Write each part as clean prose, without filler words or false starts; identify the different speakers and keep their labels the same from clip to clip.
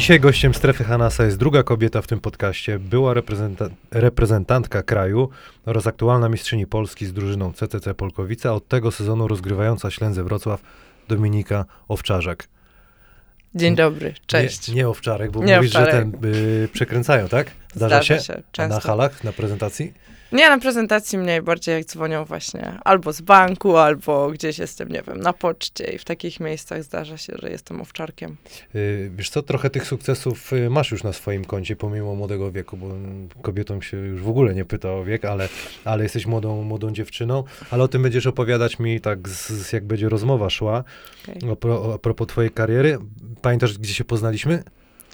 Speaker 1: Dzisiaj gościem Strefy Hanasa jest druga kobieta w tym podcaście, była reprezentantka kraju oraz aktualna mistrzyni Polski z drużyną CCC Polkowice, a od tego sezonu rozgrywająca Ślęzy Wrocław Dominika Owczarzak.
Speaker 2: Dzień dobry, cześć.
Speaker 1: Nie Owczarek, bo
Speaker 2: nie
Speaker 1: mówisz,
Speaker 2: Owczarek.
Speaker 1: że przekręcają, tak? Zdarza się?
Speaker 2: Często.
Speaker 1: Na halach, na prezentacji?
Speaker 2: Nie, na prezentacji mniej, bardziej jak dzwonią właśnie albo z banku, albo gdzieś jestem, nie wiem, na poczcie i w takich miejscach zdarza się, że jestem owczarkiem.
Speaker 1: Wiesz co, trochę tych sukcesów masz już na swoim koncie, pomimo młodego wieku, bo kobietom się już w ogóle nie pyta o wiek, ale jesteś młodą dziewczyną, ale o tym będziesz opowiadać mi tak, jak będzie rozmowa szła. Okay. A propos twojej kariery. Pamiętasz, gdzie się poznaliśmy?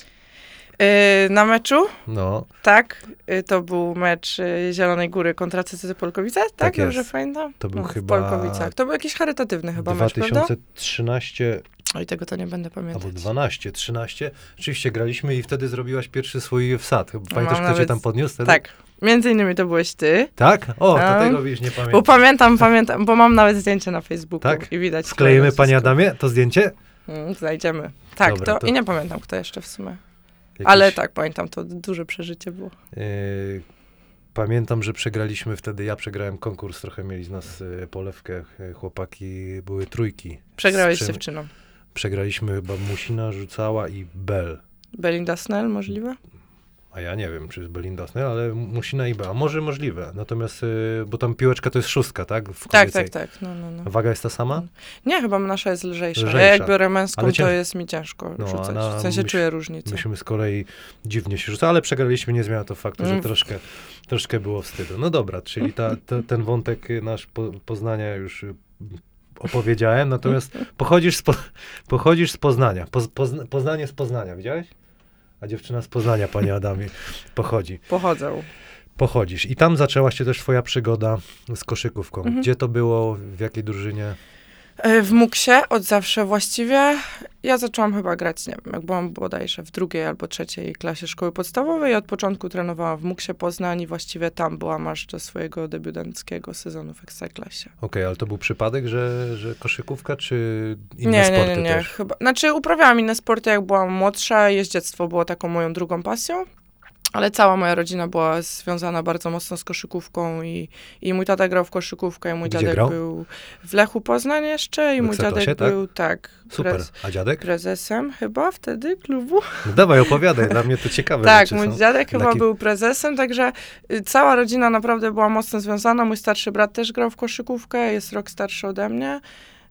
Speaker 2: Na meczu?
Speaker 1: No.
Speaker 2: Tak, to był mecz Zielonej Góry kontra CCC Polkowice, tak? Dobrze pamiętam?
Speaker 1: To był
Speaker 2: chyba... W Polkowicach. To był jakiś charytatywny chyba mecz, prawda?
Speaker 1: 2013...
Speaker 2: Oj, tego to nie będę pamiętać.
Speaker 1: Albo 12, 13. Oczywiście graliśmy i wtedy zrobiłaś pierwszy swój wsad. Pamiętasz, kto cię tam podniósł wtedy?
Speaker 2: Tak. Między innymi to byłeś ty.
Speaker 1: Tak? O, to tego wiesz, nie pamiętam.
Speaker 2: Bo pamiętam, bo mam nawet zdjęcie na Facebooku.
Speaker 1: Tak?
Speaker 2: I widać.
Speaker 1: Wklejemy Pani Adamie to zdjęcie?
Speaker 2: Znajdziemy. Tak, dobra, to i nie pamiętam, kto jeszcze w sumie. Ale tak, pamiętam, to duże przeżycie było.
Speaker 1: Pamiętam, że przegraliśmy wtedy, ja przegrałem konkurs, trochę mieli z nas polewkę, chłopaki, były trójki.
Speaker 2: Przegrałeś z dziewczyną.
Speaker 1: Przegraliśmy chyba Musina, Rzucała i Bell.
Speaker 2: Belinda Snell możliwe?
Speaker 1: A ja nie wiem, czy jest Belinda Snell, ale Musina i Bell. A może możliwe. Natomiast, bo tam piłeczka to jest 6, tak?
Speaker 2: Tak. No.
Speaker 1: Waga jest ta sama?
Speaker 2: Nie, chyba nasza jest lżejsza. Ja jak biorę męską, to jest mi ciężko rzucać. W sensie czuję różnicę.
Speaker 1: Myśmy z kolei dziwnie się rzucali, ale przegraliśmy, nie zmienia to faktu, że troszkę było wstydu. No dobra, czyli ten wątek nasz Poznania już opowiedziałem, natomiast pochodzisz z Poznania. Poznanie z Poznania, widziałeś? A dziewczyna z Poznania, panie Adamie, pochodzi. Pochodzisz. I tam zaczęła się też twoja przygoda z koszykówką. Gdzie to było? W jakiej drużynie?
Speaker 2: W Muksie od zawsze właściwie. Ja zaczęłam chyba grać, nie wiem, jak byłam bodajże w 2. albo 3. klasie szkoły podstawowej. Od początku trenowałam w Muksie Poznań i właściwie tam byłam aż do swojego debiutanckiego sezonu w Ekstraklasie.
Speaker 1: Okej, ale to był przypadek, że koszykówka, czy inne sporty
Speaker 2: nie,
Speaker 1: też?
Speaker 2: chyba. Znaczy uprawiałam inne sporty, jak byłam młodsza. Jeździectwo było taką moją drugą pasją. Ale cała moja rodzina była związana bardzo mocno z koszykówką i mój tata grał w koszykówkę i mój dziadek był w Lechu Poznań jeszcze i mój dziadek był, tak.
Speaker 1: Super. A dziadek?
Speaker 2: Prezesem chyba wtedy klubu.
Speaker 1: No dawaj, opowiadaj, dla mnie to ciekawe.
Speaker 2: Tak, mój dziadek chyba był prezesem, także cała rodzina naprawdę była mocno związana. Mój starszy brat też grał w koszykówkę, jest rok starszy ode mnie.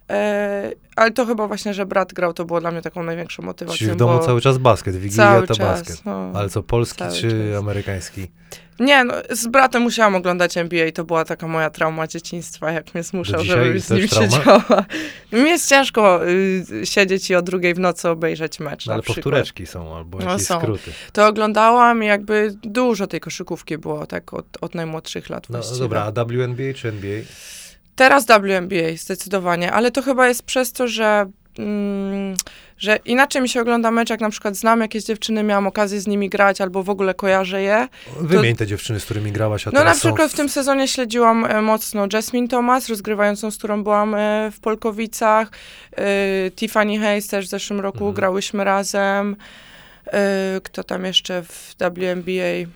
Speaker 2: Ale to chyba właśnie, że brat grał, to było dla mnie taką największą motywacją.
Speaker 1: Czyli w domu cały czas basket, Wigilia to basket.
Speaker 2: No,
Speaker 1: ale co, polski czy amerykański?
Speaker 2: Nie, no, z bratem musiałam oglądać NBA, to była taka moja trauma dzieciństwa, jak mnie zmuszał, żebym z nim siedziała. Mi jest ciężko siedzieć i o 2 w nocy obejrzeć mecz.
Speaker 1: No, ale powtóreczki są, albo jakieś skróty.
Speaker 2: To oglądałam i jakby dużo tej koszykówki było, tak od najmłodszych lat właściwie.
Speaker 1: No dobra, a WNBA czy NBA?
Speaker 2: Teraz WNBA, zdecydowanie, ale to chyba jest przez to, że inaczej mi się ogląda mecz, jak na przykład znam jakieś dziewczyny, miałam okazję z nimi grać, albo w ogóle kojarzę je.
Speaker 1: Wymień te dziewczyny, z którymi grałaś, a
Speaker 2: no na przykład w tym sezonie śledziłam mocno Jasmine Thomas, rozgrywającą, z którą byłam w Polkowicach. Tiffany Hayes też w zeszłym roku grałyśmy razem. Kto tam jeszcze w WNBA?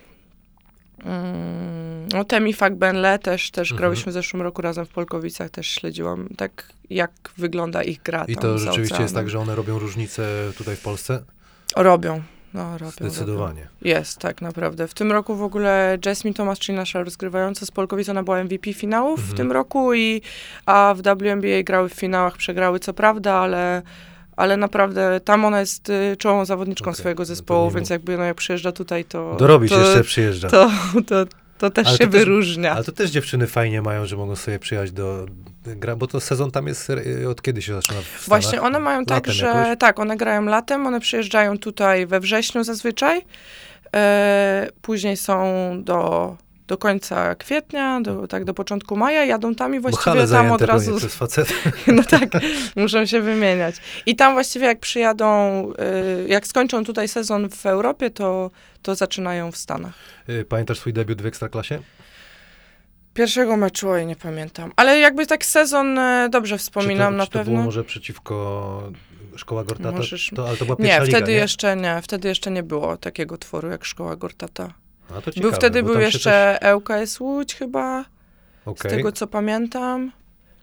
Speaker 2: No Temi Fakbenle też grałyśmy w zeszłym roku razem w Polkowicach, też śledziłam tak, jak wygląda ich gra.
Speaker 1: I to rzeczywiście jest tak, że one robią różnicę tutaj w Polsce?
Speaker 2: Robią.
Speaker 1: Zdecydowanie.
Speaker 2: Jest, tak naprawdę. W tym roku w ogóle Jasmine Thomas, czyli nasza rozgrywająca z Polkowic, ona była MVP finałów w tym roku, a w WNBA grały w finałach, przegrały co prawda, ale naprawdę tam ona jest czołową zawodniczką swojego zespołu, więc jakby jak przyjeżdża tutaj, to...
Speaker 1: Dorobić jeszcze przyjeżdża.
Speaker 2: To też się wyróżnia.
Speaker 1: Ale to też dziewczyny fajnie mają, że mogą sobie przyjechać do gra, bo to sezon tam jest, od kiedy się zaczyna w Stanach?
Speaker 2: Właśnie one mają tak, że jakoś? Tak, one grają latem, one przyjeżdżają tutaj we wrześniu zazwyczaj, później są do końca kwietnia, do początku maja, jadą tam i właściwie tam od razu...
Speaker 1: przez facety.
Speaker 2: No tak, muszą się wymieniać. I tam właściwie jak przyjadą, jak skończą tutaj sezon w Europie, to zaczynają w Stanach.
Speaker 1: Pamiętasz swój debiut w Ekstraklasie?
Speaker 2: Pierwszego meczu, nie pamiętam. Ale jakby tak sezon dobrze wspominam na pewno.
Speaker 1: Czy to było może przeciwko Szkoła Gortata,
Speaker 2: Możesz-
Speaker 1: ale to była pierwsza
Speaker 2: Nie,
Speaker 1: liga,
Speaker 2: wtedy jeszcze nie było takiego tworu jak Szkoła Gortata.
Speaker 1: A to ciekawe,
Speaker 2: Wtedy
Speaker 1: bo
Speaker 2: był
Speaker 1: tam się
Speaker 2: jeszcze ŁKS Łódź chyba,
Speaker 1: Okej.
Speaker 2: z tego co pamiętam.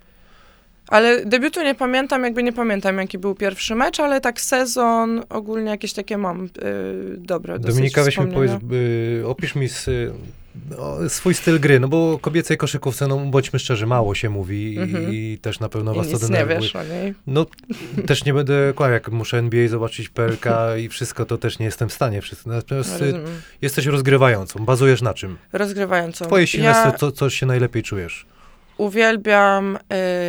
Speaker 2: Ale debiutu nie pamiętam, nie pamiętam jaki był pierwszy mecz, ale tak sezon, ogólnie jakieś takie mam dobre dosyć
Speaker 1: Dominika, weź mi
Speaker 2: wspomnienia.
Speaker 1: powiedz, opisz mi swój styl gry, no bo o kobiecej koszykówce, no bądźmy szczerzy, mało się mówi i też na pewno
Speaker 2: I
Speaker 1: was to
Speaker 2: nic nie
Speaker 1: denerwuje.
Speaker 2: wiesz o niej.
Speaker 1: No, też nie będę kłamał, jak muszę NBA zobaczyć PLK i wszystko, to też nie jestem w stanie. Natomiast
Speaker 2: Rozumiem.
Speaker 1: jesteś rozgrywającą, bazujesz na czym?
Speaker 2: Rozgrywającą.
Speaker 1: Twoje silne,
Speaker 2: Ja
Speaker 1: co się najlepiej czujesz?
Speaker 2: uwielbiam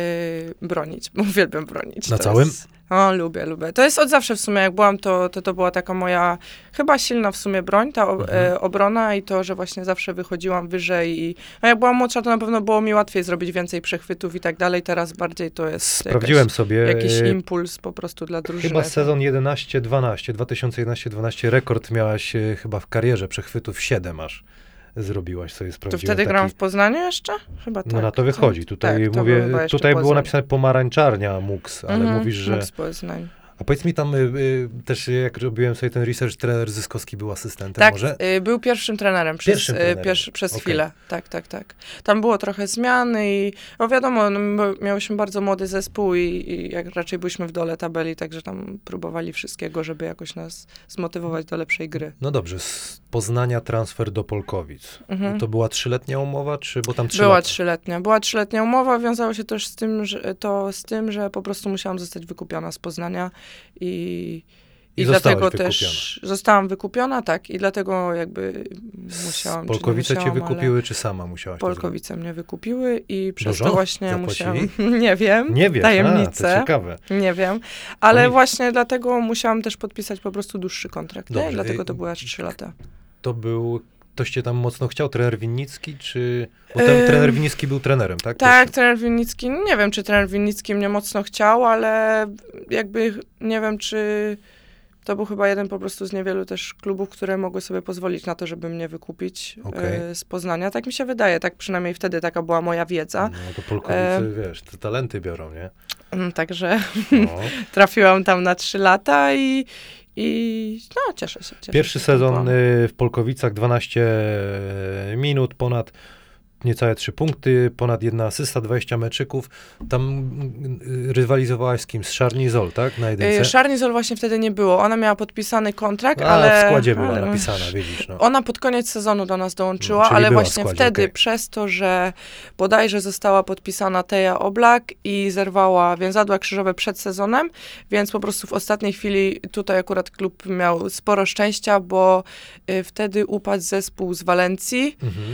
Speaker 2: bronić. Uwielbiam bronić.
Speaker 1: Na
Speaker 2: To
Speaker 1: całym?
Speaker 2: O, lubię. To jest od zawsze w sumie, jak byłam, to była taka moja chyba silna w sumie broń, ta obrona i to, że właśnie zawsze wychodziłam wyżej i jak byłam młodsza, to na pewno było mi łatwiej zrobić więcej przechwytów i tak dalej. Teraz bardziej to jest
Speaker 1: Sprawdziłem sobie.
Speaker 2: jakiś impuls po prostu dla drużyny.
Speaker 1: Chyba sezon 11-12, 2011-12, rekord miałaś chyba w karierze, przechwytów 7 aż zrobiłaś sobie,
Speaker 2: To
Speaker 1: sprawdziłem.
Speaker 2: wtedy
Speaker 1: taki-
Speaker 2: grałam w Poznaniu jeszcze? Chyba tak.
Speaker 1: No na to wychodzi. Tutaj
Speaker 2: tak, to
Speaker 1: mówię,
Speaker 2: chyba jeszcze
Speaker 1: tutaj było
Speaker 2: Poznań.
Speaker 1: napisane pomarańczarnia MUKS, ale mówisz, że...
Speaker 2: Mux Poznań.
Speaker 1: A powiedz mi tam, też jak robiłem sobie ten research, trener Zyskowski był asystentem
Speaker 2: Tak,
Speaker 1: może?
Speaker 2: był pierwszym trenerem
Speaker 1: Pierwszym trenerem.
Speaker 2: przez
Speaker 1: Okej.
Speaker 2: chwilę. Tak. Tam było trochę zmiany i no wiadomo, miałyśmy bardzo młody zespół i jak raczej byliśmy w dole tabeli, także tam próbowali wszystkiego, żeby jakoś nas zmotywować do lepszej gry.
Speaker 1: No dobrze, z Poznania transfer do Polkowic. To była 3-letnia umowa, czy bo tam 3
Speaker 2: Była
Speaker 1: lata?
Speaker 2: 3-letnia. Była 3-letnia umowa, wiązało się też z tym, że po prostu musiałam zostać wykupiona z Poznania i dlatego też zostałam wykupiona, tak, i dlatego musiałam.
Speaker 1: Z Polkowice cię
Speaker 2: ale
Speaker 1: wykupiły, czy sama musiałaś to
Speaker 2: Polkowice mnie wykupiły i przez
Speaker 1: Dużo
Speaker 2: to właśnie
Speaker 1: zapłacili?
Speaker 2: musiałam. Nie wiem.
Speaker 1: Nie wiesz,
Speaker 2: Tajemnicę.
Speaker 1: to ciekawe.
Speaker 2: Nie wiem. Ale
Speaker 1: Oj.
Speaker 2: właśnie dlatego musiałam też podpisać po prostu dłuższy kontrakt.
Speaker 1: Dobrze.
Speaker 2: Nie? Dlatego to były aż 3 lata.
Speaker 1: Ktoś cię tam mocno chciał, trener Winnicki, czy... Bo ten trener Winnicki był trenerem, tak?
Speaker 2: Tak, trener Winnicki. Nie wiem, czy trener Winnicki mnie mocno chciał, ale nie wiem, czy to był chyba jeden po prostu z niewielu też klubów, które mogły sobie pozwolić na to, żeby mnie wykupić z Poznania. Tak mi się wydaje, tak przynajmniej wtedy taka była moja wiedza.
Speaker 1: No to Polkowice, wiesz, te talenty biorą, nie?
Speaker 2: Także
Speaker 1: No.
Speaker 2: trafiłam tam na 3 lata i no, cieszę się.
Speaker 1: Pierwszy
Speaker 2: że
Speaker 1: sezon
Speaker 2: byłam.
Speaker 1: w Polkowicach, 12 minut, ponad niecałe 3 punkty, ponad 1 asysta, 20 meczyków. Tam rywalizowałaś z kim? Z Szarnizol, tak? Na jedynce?
Speaker 2: Szarnizol właśnie wtedy nie było. Ona miała podpisany kontrakt,
Speaker 1: A,
Speaker 2: ale...
Speaker 1: w składzie była
Speaker 2: ale-
Speaker 1: napisana, widzisz, no.
Speaker 2: Ona pod koniec sezonu do nas dołączyła,
Speaker 1: No, czyli
Speaker 2: ale
Speaker 1: była w
Speaker 2: właśnie
Speaker 1: składzie,
Speaker 2: wtedy,
Speaker 1: okej.
Speaker 2: przez to, że bodajże została podpisana Teja Oblak i zerwała więzadła krzyżowe przed sezonem, więc po prostu w ostatniej chwili tutaj akurat klub miał sporo szczęścia, bo wtedy upadł zespół z Walencji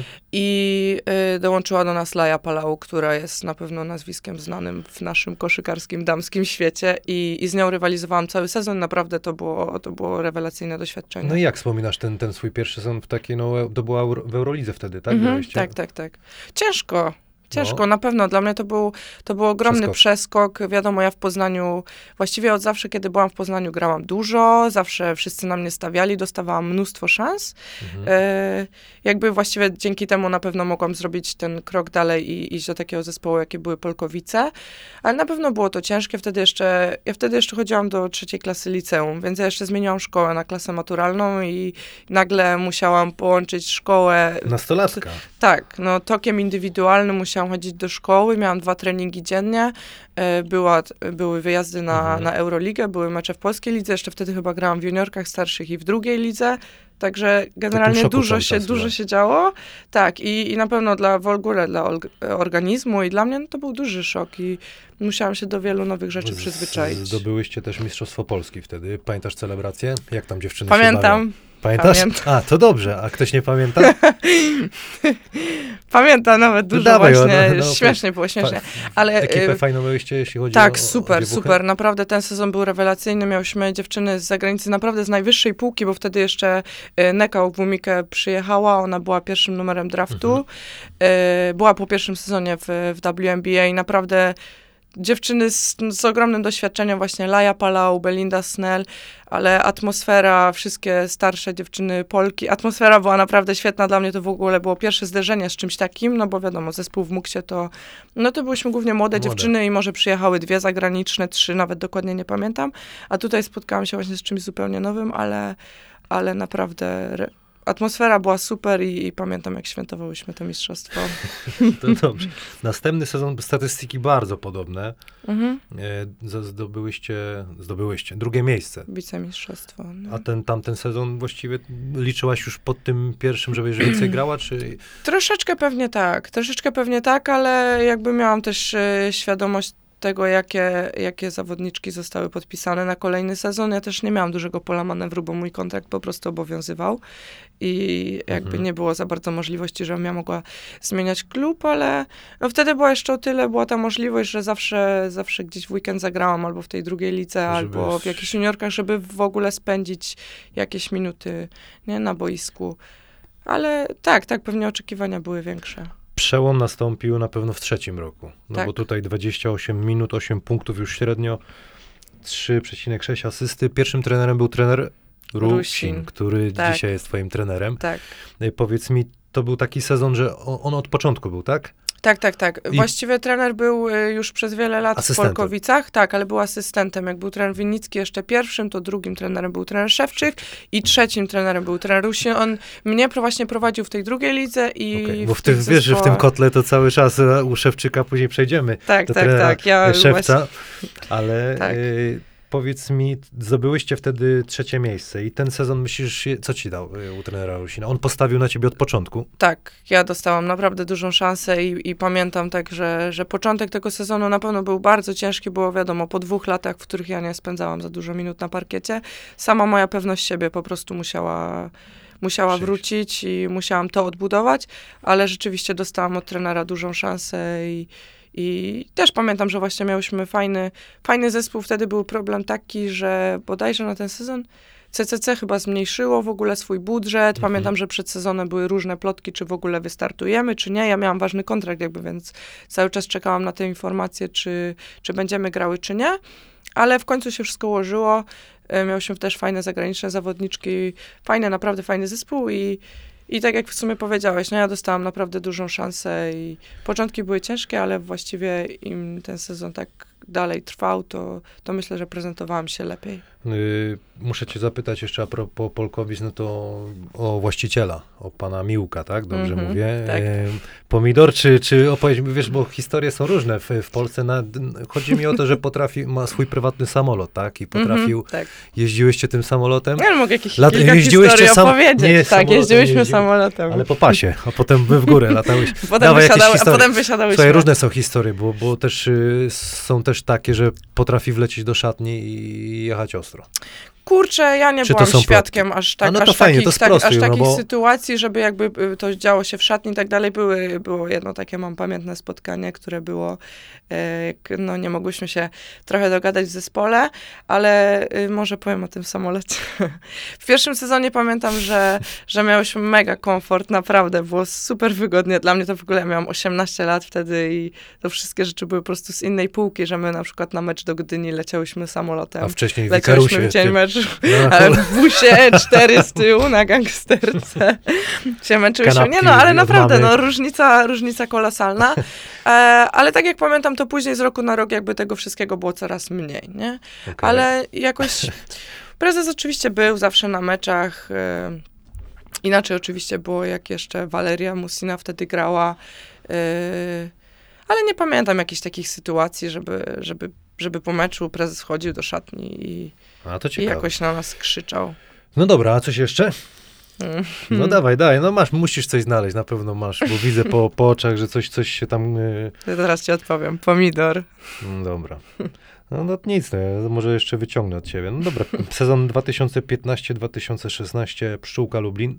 Speaker 2: i dołączyła do nas Laja Palau, która jest na pewno nazwiskiem znanym w naszym koszykarskim damskim świecie i z nią rywalizowałam cały sezon. Naprawdę to było rewelacyjne doświadczenie.
Speaker 1: No i jak wspominasz ten swój pierwszy sezon w takiej, no to była w Eurolidze wtedy, tak? Byliście?
Speaker 2: Tak. Ciężko,
Speaker 1: No.
Speaker 2: na pewno. Dla mnie to był ogromny przeskok. Wiadomo, ja w Poznaniu, właściwie od zawsze, kiedy byłam w Poznaniu, grałam dużo, zawsze wszyscy na mnie stawiali, dostawałam mnóstwo szans. Właściwie dzięki temu na pewno mogłam zrobić ten krok dalej i iść do takiego zespołu, jakie były Polkowice. Ale na pewno było to ciężkie. Ja wtedy jeszcze chodziłam do 3. klasy liceum, więc ja jeszcze zmieniłam szkołę na klasę maturalną i nagle musiałam połączyć szkołę...
Speaker 1: Nastolatka.
Speaker 2: Tak, no tokiem indywidualnym musiałam chodzić do szkoły, miałam 2 treningi dziennie, były wyjazdy na Euroligę, były mecze w polskiej lidze, jeszcze wtedy chyba grałam w juniorkach starszych i w drugiej lidze, także generalnie
Speaker 1: szoku
Speaker 2: dużo
Speaker 1: cały czas,
Speaker 2: się działo, tak, i na pewno w ogóle dla organizmu i dla mnie no, to był duży szok i musiałam się do wielu nowych rzeczy przyzwyczaić.
Speaker 1: Zdobyłyście też Mistrzostwo Polski wtedy. Pamiętasz celebrację? Jak tam dziewczyny się
Speaker 2: Pamiętam.
Speaker 1: bawią? Pamiętasz?
Speaker 2: Pamiętam.
Speaker 1: A, to dobrze. A ktoś nie pamięta?
Speaker 2: Pamiętam nawet dużo
Speaker 1: Dawaj,
Speaker 2: właśnie,
Speaker 1: no,
Speaker 2: śmiesznie było, śmiesznie. Ale,
Speaker 1: Ekipę fajną mieliście, jeśli chodzi
Speaker 2: tak,
Speaker 1: o
Speaker 2: super,
Speaker 1: dziewuchę?
Speaker 2: super. Naprawdę ten sezon był rewelacyjny. Miałyśmy dziewczyny z zagranicy, naprawdę z najwyższej półki, bo wtedy jeszcze Neka Wumikę przyjechała. Ona była pierwszym numerem draftu. Była po pierwszym sezonie w WNBA i naprawdę dziewczyny z ogromnym doświadczeniem, właśnie Laja Palau, Belinda Snell, ale atmosfera, wszystkie starsze dziewczyny Polki, atmosfera była naprawdę świetna, dla mnie to w ogóle było pierwsze zderzenie z czymś takim, no bo wiadomo, zespół w Muksie to byłyśmy głównie młode dziewczyny i może przyjechały 2 zagraniczne, 3, nawet dokładnie nie pamiętam, a tutaj spotkałam się właśnie z czymś zupełnie nowym, ale naprawdę atmosfera była super i pamiętam, jak świętowałyśmy to mistrzostwo.
Speaker 1: To dobrze. Następny sezon, statystyki bardzo podobne. Zdobyłyście drugie miejsce.
Speaker 2: Wicemistrzostwo. No.
Speaker 1: A tamten sezon właściwie liczyłaś już pod tym pierwszym, żebyś więcej grała, czy...
Speaker 2: Troszeczkę pewnie tak, ale jakby miałam też świadomość tego, jakie zawodniczki zostały podpisane na kolejny sezon. Ja też nie miałam dużego pola manewru, bo mój kontrakt po prostu obowiązywał i jakby nie było za bardzo możliwości, żebym ja mogła zmieniać klub, ale no wtedy była jeszcze o tyle, była ta możliwość, że zawsze gdzieś w weekend zagrałam albo w tej drugiej lidze, albo w jakichś juniorkach, żeby w ogóle spędzić jakieś minuty, nie, na boisku. Ale tak, pewnie oczekiwania były większe.
Speaker 1: Przełom nastąpił na pewno w trzecim roku. No
Speaker 2: tak.
Speaker 1: Bo tutaj 28 minut, 8 punktów już średnio, 3,6 asysty. Pierwszym trenerem był trener Rusin, który dzisiaj jest twoim trenerem.
Speaker 2: Tak.
Speaker 1: Powiedz mi, to był taki sezon, że on od początku był, tak?
Speaker 2: Tak. Właściwie trener był już przez wiele lat w Polkowicach, tak, ale był asystentem. Jak był trener Winnicki jeszcze pierwszym, to drugim trenerem był trener Szewczyk i trzecim trenerem był trener Rusin. On mnie właśnie prowadził w tej drugiej lidze i
Speaker 1: bo wiesz, że w tym kotle to cały czas u Szewczyka później przejdziemy.
Speaker 2: Tak.
Speaker 1: Ja Szewca, ale... Tak. Powiedz mi, zdobyłyście wtedy trzecie miejsce i ten sezon myślisz, co ci dał u trenera Rusina? On postawił na ciebie od początku?
Speaker 2: Tak, ja dostałam naprawdę dużą szansę i pamiętam tak, że początek tego sezonu na pewno był bardzo ciężki, było wiadomo, po 2 latach, w których ja nie spędzałam za dużo minut na parkiecie, sama moja pewność siebie po prostu musiała wrócić i musiałam to odbudować, ale rzeczywiście dostałam od trenera dużą szansę i też pamiętam, że właśnie miałyśmy fajny zespół. Wtedy był problem taki, że bodajże na ten sezon CCC chyba zmniejszyło w ogóle swój budżet. Pamiętam, że przed sezonem były różne plotki, czy w ogóle wystartujemy, czy nie. Ja miałam ważny kontrakt jakby, więc cały czas czekałam na te informacje, czy będziemy grały, czy nie. Ale w końcu się wszystko ułożyło. Miałyśmy też fajne zagraniczne zawodniczki, naprawdę fajny zespół i tak jak w sumie powiedziałeś, no ja dostałam naprawdę dużą szansę i początki były ciężkie, ale właściwie im ten sezon tak dalej trwał, to myślę, że prezentowałam się lepiej.
Speaker 1: Muszę cię zapytać jeszcze a propos Polkowic, no to o właściciela, o pana Miłka, tak? Dobrze mówię?
Speaker 2: Tak.
Speaker 1: Pomidor, czy opowiedz mi, wiesz, bo historie są różne w Polsce. Chodzi mi o to, że ma swój prywatny samolot, tak? I potrafił,
Speaker 2: tak.
Speaker 1: Jeździłyście tym samolotem?
Speaker 2: Ja mogę jakieś kilka historii opowiedzieć. Tak, jeździłyśmy samolotem.
Speaker 1: Ale po pasie, a potem w górę latałeś.
Speaker 2: Potem wysiadałyśmy.
Speaker 1: Słuchaj, różne są historie, bo też są też takie, że potrafi wlecieć do szatni i jechać ostro.
Speaker 2: Kurczę, ja nie byłam świadkiem aż takich sytuacji, żeby jakby to działo się w szatni i tak dalej. Było jedno takie, mam pamiętne spotkanie, które było, no nie mogłyśmy się trochę dogadać w zespole, ale może powiem o tym samolocie. W pierwszym sezonie pamiętam, że miałyśmy mega komfort, naprawdę, było super wygodnie. Dla mnie to w ogóle, ja miałam 18 lat wtedy i to wszystkie rzeczy były po prostu z innej półki, że my na przykład na mecz do Gdyni leciałyśmy samolotem.
Speaker 1: A wcześniej w Ikarusie.
Speaker 2: W dzień meczu. Ale w busie 4 z tyłu na gangsterce się męczyłyśmy.
Speaker 1: Kanapki,
Speaker 2: nie no, ale naprawdę, no różnica kolosalna. Ale tak jak pamiętam, to później z roku na rok jakby tego wszystkiego było coraz mniej, nie? Okay. Ale jakoś prezes oczywiście był zawsze na meczach. Inaczej oczywiście było, jak jeszcze Waleria Musina wtedy grała. Ale nie pamiętam jakichś takich sytuacji, żeby po meczu prezes wchodził do szatni i jakoś na nas krzyczał.
Speaker 1: No dobra, a coś jeszcze? No dawaj, no musisz coś znaleźć, na pewno masz, bo widzę po oczach, że coś się tam...
Speaker 2: Ja teraz ci odpowiem, pomidor.
Speaker 1: No dobra. No nic, może jeszcze wyciągnę od ciebie. No dobra, sezon 2015-2016, Pszczółka Lublin.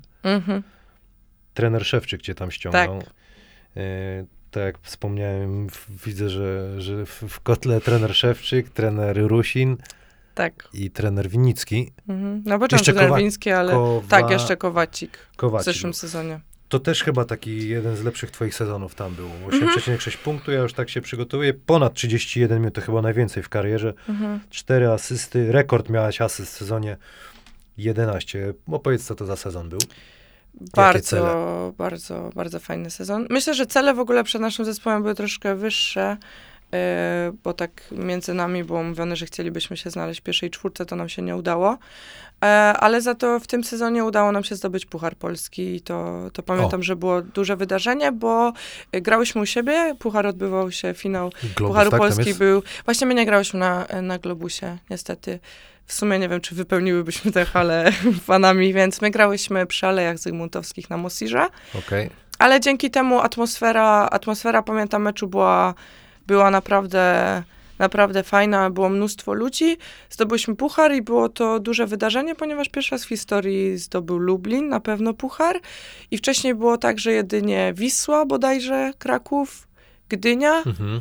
Speaker 1: Trener Szewczyk cię tam ściągnął.
Speaker 2: Tak.
Speaker 1: Tak jak wspomniałem, widzę, że w kotle trener Szewczyk, trener Rusin i trener Winnicki.
Speaker 2: Na początku trener Winnicki, ale tak, jeszcze Kowacik w zeszłym sezonie.
Speaker 1: To też chyba taki jeden z lepszych twoich sezonów tam był. 8,6 punktu, ja już tak się przygotowuję. Ponad 31 minut, to chyba najwięcej w karierze. 4 asysty, rekord miałaś asyst w sezonie 11. Opowiedz, co to za sezon był.
Speaker 2: Bardzo, bardzo, bardzo fajny sezon. Myślę, że cele w ogóle przed naszym zespołem były troszkę wyższe, bo tak między nami było mówione, że chcielibyśmy się znaleźć w pierwszej czwórce, to nam się nie udało. Ale za to w tym sezonie udało nam się zdobyć Puchar Polski i to pamiętam, że było duże wydarzenie, bo grałyśmy u siebie, Puchar odbywał się, finał
Speaker 1: Globus,
Speaker 2: Pucharu
Speaker 1: tak,
Speaker 2: Polski był. Właśnie my nie grałyśmy na Globusie, niestety. W sumie nie wiem, czy wypełniłybyśmy tę halę fanami, więc my grałyśmy przy Alejach Zygmuntowskich na Mosirze.
Speaker 1: Okej.
Speaker 2: Ale dzięki temu atmosfera pamiętam, meczu była naprawdę fajna, było mnóstwo ludzi. Zdobyliśmy puchar i było to duże wydarzenie, ponieważ pierwszy raz w historii zdobył Lublin, na pewno puchar. I wcześniej było tak, że jedynie Wisła, bodajże Kraków, Gdynia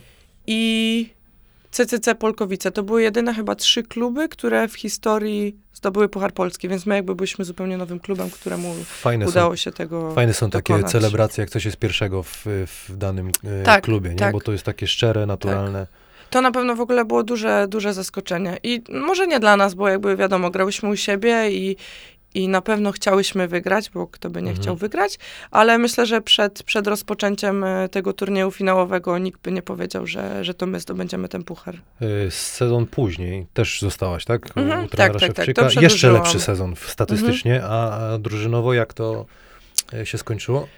Speaker 2: i CCC Polkowice. To były jedyne chyba 3 kluby, które w historii zdobyły Puchar Polski, więc my jakby byliśmy zupełnie nowym klubem, któremu udało się tego
Speaker 1: Fajne są takie
Speaker 2: dokonać.
Speaker 1: celebracje, jak coś jest pierwszego w danym klubie, nie?
Speaker 2: Tak.
Speaker 1: Bo to jest takie szczere, naturalne.
Speaker 2: To na pewno w ogóle było duże zaskoczenie. I może nie dla nas, bo jakby wiadomo, grałyśmy u siebie i na pewno chciałyśmy wygrać, bo kto by nie chciał wygrać, ale myślę, że przed rozpoczęciem tego turnieju finałowego nikt by nie powiedział, że to my zdobędziemy ten puchar.
Speaker 1: Sezon później też zostałaś, tak? U trenera
Speaker 2: tak,
Speaker 1: Szewczyka.
Speaker 2: to
Speaker 1: Jeszcze lepszy sezon statystycznie, a drużynowo jak to się skończyło?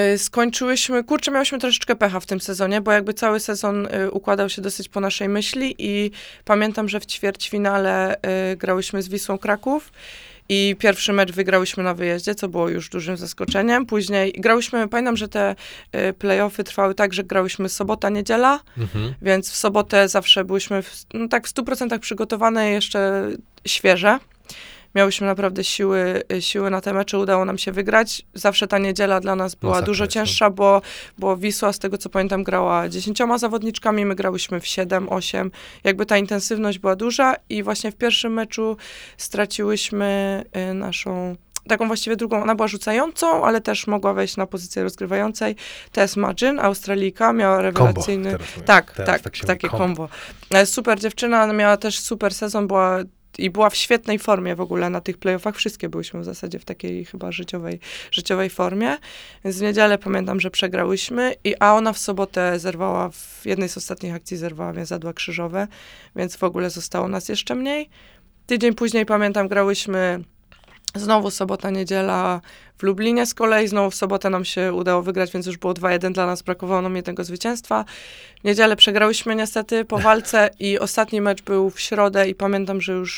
Speaker 2: Miałyśmy troszeczkę pecha w tym sezonie, bo jakby cały sezon układał się dosyć po naszej myśli i pamiętam, że w ćwierćfinale grałyśmy z Wisłą Kraków i pierwszy mecz wygrałyśmy na wyjeździe, co było już dużym zaskoczeniem. Później pamiętam, że te play-offy trwały tak, że grałyśmy sobota, niedziela, więc w sobotę zawsze byłyśmy w 100% przygotowane, jeszcze świeże. Miałyśmy naprawdę siły na te mecze, udało nam się wygrać. Zawsze ta niedziela dla nas była dużo cięższa, bo Wisła, z tego co pamiętam, grała 10 zawodniczkami, my grałyśmy w 7, 8. Jakby ta intensywność była duża i właśnie w pierwszym meczu straciłyśmy naszą, taką właściwie drugą, ona była rzucającą, ale też mogła wejść na pozycję rozgrywającej. Tess Magin, Australijka, miała rewelacyjny... Takie kombo. Super dziewczyna, miała też super sezon, była w świetnej formie w ogóle na tych play-offach. Wszystkie byłyśmy w zasadzie w takiej chyba życiowej formie. Więc w niedzielę pamiętam, że przegrałyśmy, a ona w sobotę w jednej z ostatnich akcji zerwała więzadła krzyżowe, więc w ogóle zostało nas jeszcze mniej. Tydzień później pamiętam, grałyśmy znowu sobota, niedziela w Lublinie z kolei. Znowu w sobotę nam się udało wygrać, więc już było 2-1 dla nas, brakowało nam jednego zwycięstwa. W niedzielę przegrałyśmy niestety po walce i ostatni mecz był w środę i pamiętam,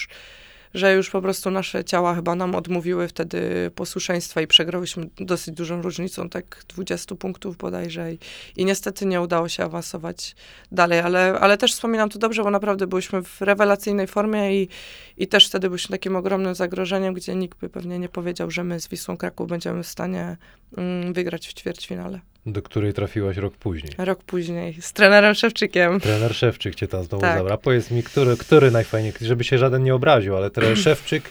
Speaker 2: że już po prostu nasze ciała chyba nam odmówiły wtedy posłuszeństwa i przegrałyśmy dosyć dużą różnicą, tak 20 punktów bodajże i niestety nie udało się awansować dalej, ale też wspominam to dobrze, bo naprawdę byliśmy w rewelacyjnej formie i też wtedy byliśmy takim ogromnym zagrożeniem, gdzie nikt by pewnie nie powiedział, że my z Wisłą Kraków będziemy w stanie wygrać w ćwierćfinale.
Speaker 1: Do której trafiłaś rok później.
Speaker 2: Rok później, z trenerem Szewczykiem.
Speaker 1: Trener Szewczyk cię tam znowu zabrał. Powiedz mi, który najfajniejszy, żeby się żaden nie obraził, ale trener Szewczyk,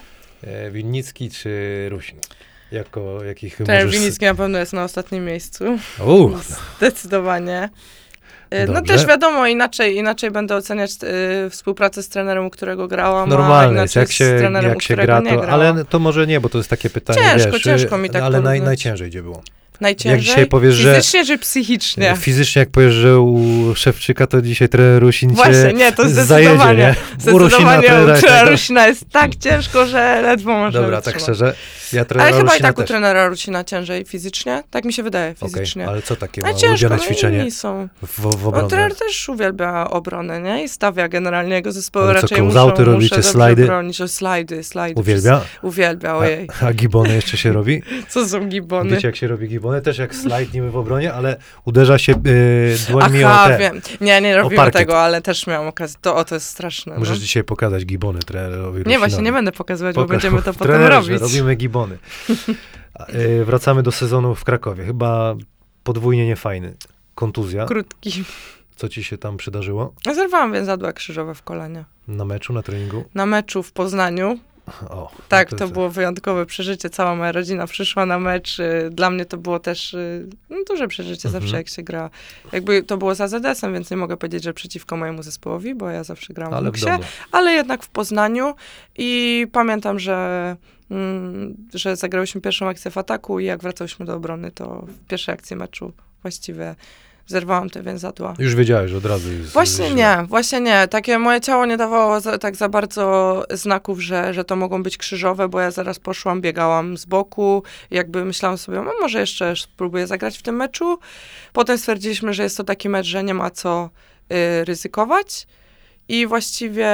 Speaker 1: Winnicki czy Rusin? Jakich
Speaker 2: trener Winnicki na pewno jest na ostatnim miejscu. Zdecydowanie. No też wiadomo, inaczej będę oceniać współpracę z trenerem, u którego grałam,
Speaker 1: normalne,
Speaker 2: a inaczej
Speaker 1: jak się,
Speaker 2: z trenerem,
Speaker 1: jak się gra, to, ale to może nie, bo to jest takie pytanie,
Speaker 2: ciężko mi tak
Speaker 1: ale
Speaker 2: porównać.
Speaker 1: najciężej gdzie było?
Speaker 2: Najciężej?
Speaker 1: Jak dzisiaj powiesz,
Speaker 2: fizycznie czy psychicznie?
Speaker 1: Fizycznie, jak powiesz, że u Szewczyka, to dzisiaj trener Rusin cię
Speaker 2: Właśnie, nie, to
Speaker 1: zdecydowanie.
Speaker 2: Zajedzie, nie? Zdecydowanie u trenera Rusina jest tak
Speaker 1: No.
Speaker 2: ciężko, że ledwo można
Speaker 1: Dobra,
Speaker 2: wytrzymać.
Speaker 1: tak szczerze, ja trenera
Speaker 2: ale chyba
Speaker 1: Rusina
Speaker 2: i tak
Speaker 1: też.
Speaker 2: u trenera Rusina ciężej fizycznie, tak mi się wydaje, fizycznie.
Speaker 1: Ale co takie
Speaker 2: ciężko,
Speaker 1: ulubione ćwiczenie
Speaker 2: inni są.
Speaker 1: w obronie?
Speaker 2: Trener też uwielbia obronę, nie? I stawia generalnie, jego zespoły
Speaker 1: ale
Speaker 2: raczej
Speaker 1: muszą
Speaker 2: dobrze
Speaker 1: slajdy?
Speaker 2: bronić. Slajdy.
Speaker 1: Uwielbia?
Speaker 2: Uwielbia, ojej.
Speaker 1: A gibony jeszcze się robi?
Speaker 2: Co są gibony?
Speaker 1: Wiecie, jak się robi gibony? Też jak slajd niby w obronie, ale uderza się dłońmi o te.
Speaker 2: Wiem. Nie robimy tego, ale też miałam okazję. To jest straszne.
Speaker 1: Możesz dzisiaj pokazać gibony trenerowi
Speaker 2: Nie, właśnie nie będę pokazywać, bo będziemy to potem robić.
Speaker 1: Robimy gibony. Wracamy do sezonu w Krakowie. Chyba podwójnie niefajny. Kontuzja.
Speaker 2: Krótki.
Speaker 1: Co ci się tam przydarzyło?
Speaker 2: Zerwałam więzadła krzyżowe w kolanie.
Speaker 1: Na meczu, na treningu?
Speaker 2: Na meczu w Poznaniu.
Speaker 1: O,
Speaker 2: Tak,
Speaker 1: no
Speaker 2: to było wyjątkowe przeżycie. Cała moja rodzina przyszła na mecz. Dla mnie to było też duże przeżycie zawsze, jak się gra. Jakby to było z AZS-em, więc nie mogę powiedzieć, że przeciwko mojemu zespołowi, bo ja zawsze grałam w
Speaker 1: Ale w
Speaker 2: Luksie,
Speaker 1: domu.
Speaker 2: ale jednak w Poznaniu. I pamiętam, że zagrałyśmy pierwszą akcję w ataku i jak wracałyśmy do obrony, to w pierwszej akcji meczu właściwie zerwałam te więzadła.
Speaker 1: Już wiedziałeś, że od razu jest
Speaker 2: Właśnie
Speaker 1: źle.
Speaker 2: nie. Takie moje ciało nie dawało tak za bardzo znaków, że to mogą być krzyżowe, bo ja zaraz poszłam, biegałam z boku, jakby myślałam sobie, no może jeszcze spróbuję zagrać w tym meczu. Potem stwierdziliśmy, że jest to taki mecz, że nie ma co ryzykować i właściwie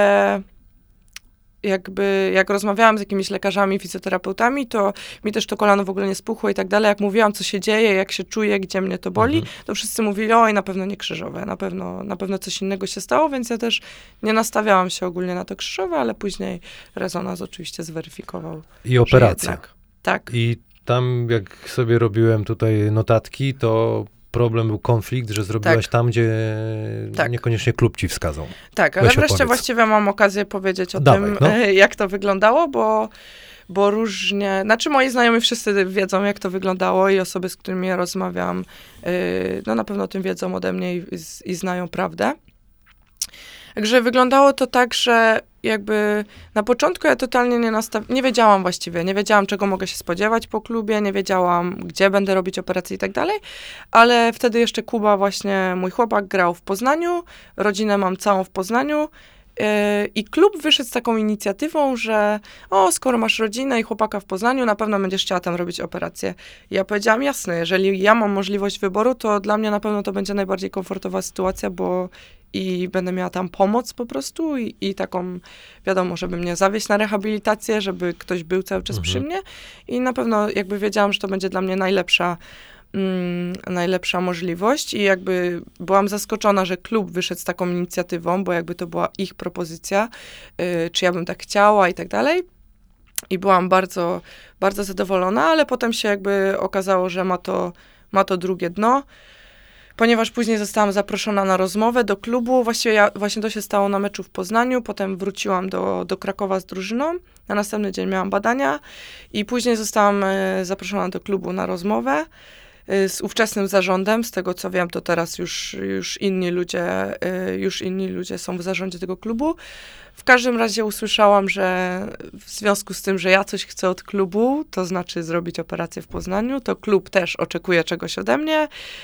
Speaker 2: jakby jak rozmawiałam z jakimiś lekarzami, fizjoterapeutami, to mi też to kolano w ogóle nie spuchło i tak dalej. Jak mówiłam, co się dzieje, jak się czuję, gdzie mnie to boli, to wszyscy mówili, oj, na pewno nie krzyżowe, na pewno coś innego się stało, więc ja też nie nastawiałam się ogólnie na to krzyżowe, ale później rezonans oczywiście zweryfikował.
Speaker 1: I operacja.
Speaker 2: Jednak, tak.
Speaker 1: I tam, jak sobie robiłem tutaj notatki, to problem był konflikt, że zrobiłaś tam, gdzie niekoniecznie klub ci wskazał.
Speaker 2: Tak, ale
Speaker 1: Weź
Speaker 2: wreszcie
Speaker 1: opowiedz.
Speaker 2: właściwie mam okazję powiedzieć o
Speaker 1: Dawaj,
Speaker 2: tym, jak to wyglądało, bo różnie, znaczy moi znajomi wszyscy wiedzą, jak to wyglądało i osoby, z którymi ja rozmawiam, no na pewno o tym wiedzą ode mnie i znają prawdę. Także wyglądało to tak, że jakby na początku ja totalnie nie wiedziałam właściwie, nie wiedziałam, czego mogę się spodziewać po klubie, nie wiedziałam, gdzie będę robić operacje i tak dalej, ale wtedy jeszcze Kuba właśnie, mój chłopak, grał w Poznaniu, rodzinę mam całą w Poznaniu i klub wyszedł z taką inicjatywą, że skoro masz rodzinę i chłopaka w Poznaniu, na pewno będziesz chciała tam robić operację. I ja powiedziałam, jasne, jeżeli ja mam możliwość wyboru, to dla mnie na pewno to będzie najbardziej komfortowa sytuacja, bo i będę miała tam pomoc po prostu i taką, wiadomo, żeby mnie zawieźć na rehabilitację, żeby ktoś był cały czas przy mnie i na pewno jakby wiedziałam, że to będzie dla mnie najlepsza możliwość i jakby byłam zaskoczona, że klub wyszedł z taką inicjatywą, bo jakby to była ich propozycja, czy ja bym tak chciała i tak dalej. I byłam bardzo, bardzo zadowolona, ale potem się jakby okazało, że ma to drugie dno, ponieważ później zostałam zaproszona na rozmowę do klubu. Właśnie to się stało na meczu w Poznaniu, potem wróciłam do Krakowa z drużyną, na następny dzień miałam badania i później zostałam zaproszona do klubu na rozmowę z ówczesnym zarządem. Z tego co wiem, to teraz już inni ludzie są w zarządzie tego klubu. W każdym razie usłyszałam, że w związku z tym, że ja coś chcę od klubu, to znaczy zrobić operację w Poznaniu, to klub też oczekuje czegoś ode mnie.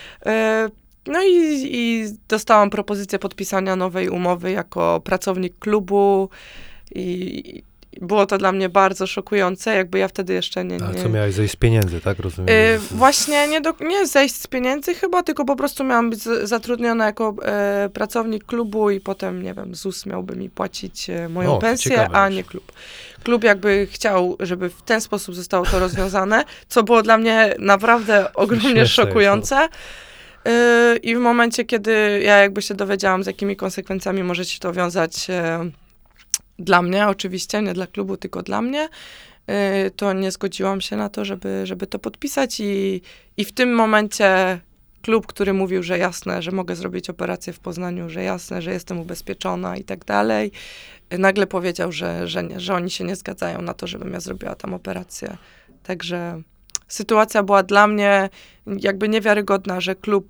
Speaker 2: No i dostałam propozycję podpisania nowej umowy jako pracownik klubu i było to dla mnie bardzo szokujące, jakby ja wtedy jeszcze nie...
Speaker 1: Ale co, miałeś zejść z pieniędzy, tak? Rozumiem.
Speaker 2: Właśnie nie zejść z pieniędzy chyba, tylko po prostu miałam być zatrudniona jako pracownik klubu i potem, nie wiem, ZUS miałby mi płacić moją pensję, a nie klub. Klub jakby chciał, żeby w ten sposób zostało to rozwiązane, co było dla mnie naprawdę ogromnie szokujące. I w momencie, kiedy ja jakby się dowiedziałam, z jakimi konsekwencjami może się to wiązać dla mnie, oczywiście, nie dla klubu, tylko dla mnie, to nie zgodziłam się na to, żeby to podpisać i w tym momencie klub, który mówił, że jasne, że mogę zrobić operację w Poznaniu, że jasne, że jestem ubezpieczona i tak dalej, nagle powiedział, że nie, że oni się nie zgadzają na to, żebym ja zrobiła tam operację. Także sytuacja była dla mnie jakby niewiarygodna, że klub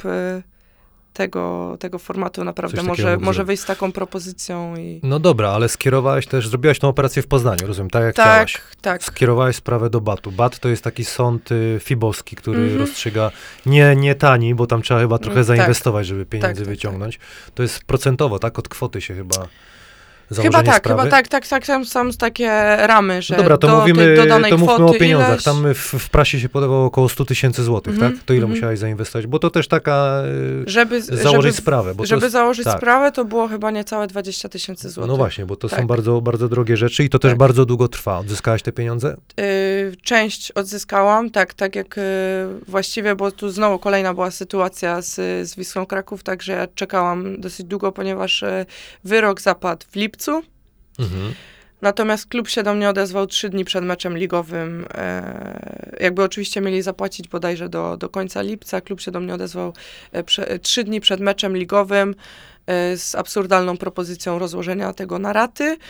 Speaker 2: tego formatu naprawdę może wyjść z taką propozycją. No
Speaker 1: dobra, ale zrobiłaś tą operację w Poznaniu, rozumiem, tak jak chciałaś.
Speaker 2: Tak.
Speaker 1: Skierowałaś sprawę do BAT-u. BAT to jest taki sąd fibowski, który rozstrzyga nie tani, bo tam trzeba chyba trochę zainwestować, żeby pieniędzy wyciągnąć. To jest procentowo, tak? Od kwoty się chyba...
Speaker 2: Chyba tak, tam są takie ramy, że
Speaker 1: dobra, to mówmy o pieniądzach.
Speaker 2: Ileś...
Speaker 1: Tam w prasie się podawało około 100 000 złotych, tak? To ile musiałaś zainwestować? Bo to też taka... założyć sprawę. Żeby
Speaker 2: założyć sprawę, to było chyba niecałe 20 000 złotych.
Speaker 1: No właśnie, bo to są bardzo, bardzo drogie rzeczy i to też bardzo długo trwa. Odzyskałaś te pieniądze?
Speaker 2: Część odzyskałam, tak jak właściwie, bo tu znowu kolejna była sytuacja z Wisłą Kraków, także ja czekałam dosyć długo, ponieważ wyrok zapadł w lipcu. Natomiast klub się do mnie odezwał 3 dni przed meczem ligowym. Jakby oczywiście mieli zapłacić bodajże do końca lipca. Klub się do mnie odezwał 3 dni przed meczem ligowym z absurdalną propozycją rozłożenia tego na raty.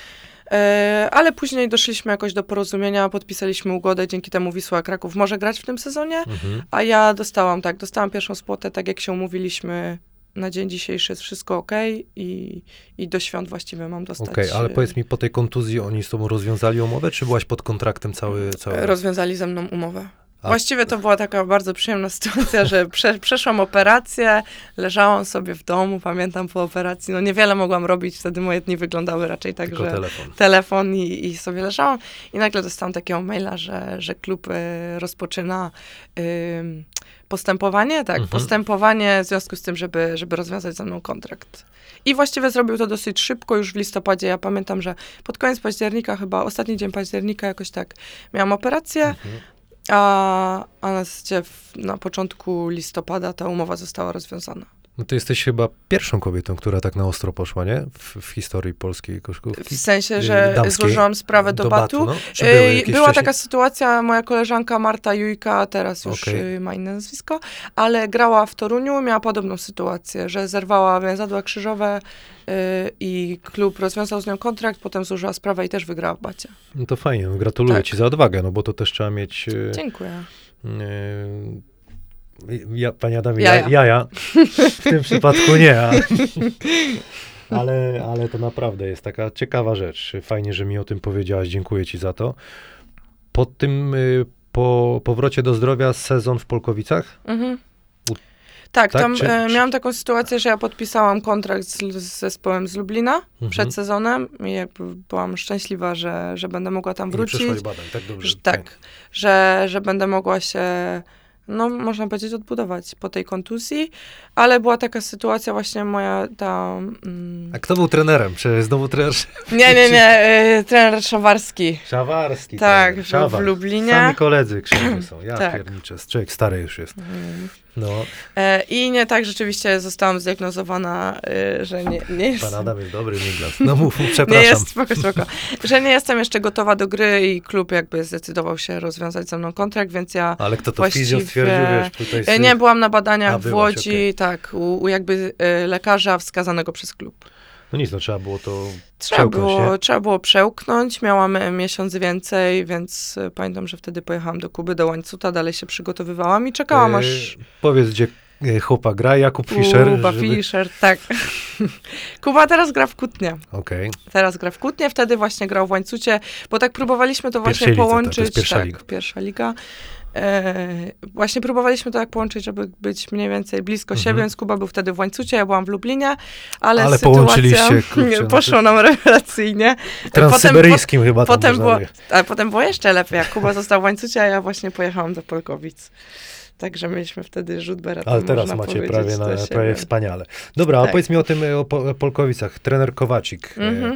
Speaker 2: Ale później doszliśmy jakoś do porozumienia, podpisaliśmy ugodę, dzięki temu Wisła Kraków może grać w tym sezonie, a ja dostałam pierwszą spłatę, tak jak się umówiliśmy. Na dzień dzisiejszy jest wszystko okej i do świąt właściwie mam dostać.
Speaker 1: Okej, ale powiedz mi, po tej kontuzji oni z tobą rozwiązali umowę, czy byłaś pod kontraktem cały?
Speaker 2: Rozwiązali ze mną umowę. Właściwie to była taka bardzo przyjemna sytuacja, że przeszłam operację, leżałam sobie w domu, pamiętam po operacji, no niewiele mogłam robić, wtedy moje dni wyglądały raczej tak,
Speaker 1: tylko
Speaker 2: że telefon i sobie leżałam i nagle dostałam takiego maila, że klub rozpoczyna postępowanie, postępowanie w związku z tym, żeby rozwiązać ze mną kontrakt. I właściwie zrobił to dosyć szybko, już w listopadzie. Ja pamiętam, że pod koniec października, chyba ostatni dzień października, jakoś tak miałam operację, a na początku listopada ta umowa została rozwiązana.
Speaker 1: No ty jesteś chyba pierwszą kobietą, która tak na ostro poszła, nie? W historii polskiej koszykówki.
Speaker 2: W sensie, że
Speaker 1: damskiej,
Speaker 2: złożyłam sprawę do BAT-u.
Speaker 1: No?
Speaker 2: Była taka sytuacja, moja koleżanka Marta Jujka, teraz już ma inne nazwisko, ale grała w Toruniu, miała podobną sytuację, że zerwała więzadła krzyżowe i klub rozwiązał z nią kontrakt, potem złożyła sprawę i też wygrała w BAT-cie.
Speaker 1: No to fajnie, no gratuluję ci za odwagę, no bo to też trzeba mieć...
Speaker 2: Dziękuję.
Speaker 1: Panie Adamie, jaja. W tym przypadku nie. Ale to naprawdę jest taka ciekawa rzecz. Fajnie, że mi o tym powiedziałaś. Dziękuję ci za to. Po tym powrocie do zdrowia sezon w Polkowicach?
Speaker 2: Tak, tam miałam taką sytuację, że ja podpisałam kontrakt z zespołem z Lublina przed sezonem i jakby byłam szczęśliwa, że będę mogła tam wrócić.
Speaker 1: I badań, tak dobrze.
Speaker 2: Tak, że będę mogła się... no można powiedzieć odbudować po tej kontuzji, ale była taka sytuacja właśnie moja
Speaker 1: A kto był trenerem? Czy znowu trener?
Speaker 2: Nie, trener Szawarski.
Speaker 1: Szawarski.
Speaker 2: Tak, w Lublinie.
Speaker 1: Sami koledzy krzyżni są,
Speaker 2: tak.
Speaker 1: Pierniczę, człowiek stary już jest. No.
Speaker 2: I nie tak, rzeczywiście zostałam zdiagnozowana, że nie jest...
Speaker 1: Pan Adam jest dobry, Miglas. No mów, przepraszam.
Speaker 2: Nie jest, spoko. Że nie jestem jeszcze gotowa do gry i klub jakby zdecydował się rozwiązać ze mną kontrakt, więc ja
Speaker 1: ale kto to fizjo stwierdził, wiesz, tutaj...
Speaker 2: Nie, byłam na badaniach w Łodzi, tak, u jakby lekarza wskazanego przez klub.
Speaker 1: No nic, no trzeba było to
Speaker 2: Trzeba było przełknąć, miałam miesiąc więcej, więc pamiętam, że wtedy pojechałam do Kuby, do Łańcuta, dalej się przygotowywałam i czekałam aż...
Speaker 1: Powiedz, gdzie chłopak gra, Jakub Fischer.
Speaker 2: Fischer, tak. Kuba teraz gra w Kutnie.
Speaker 1: Okej.
Speaker 2: Teraz gra w Kutnie, wtedy właśnie grał w Łańcucie, bo tak próbowaliśmy to właśnie połączyć. Pierwsza liga. Właśnie próbowaliśmy to tak połączyć, żeby być mniej więcej blisko siebie, więc Kuba był wtedy w Łańcucie, ja byłam w Lublinie, ale sytuacja poszła nam rewelacyjnie.
Speaker 1: Transsyberyjskim chyba tam
Speaker 2: potem było jeszcze lepiej, jak Kuba został w Łańcucie, a ja właśnie pojechałam do Polkowic. Także mieliśmy wtedy rzut beratem.
Speaker 1: Ale teraz macie prawie wspaniale. Dobra, a powiedz mi o tym, o Polkowicach. Trener Kowacik.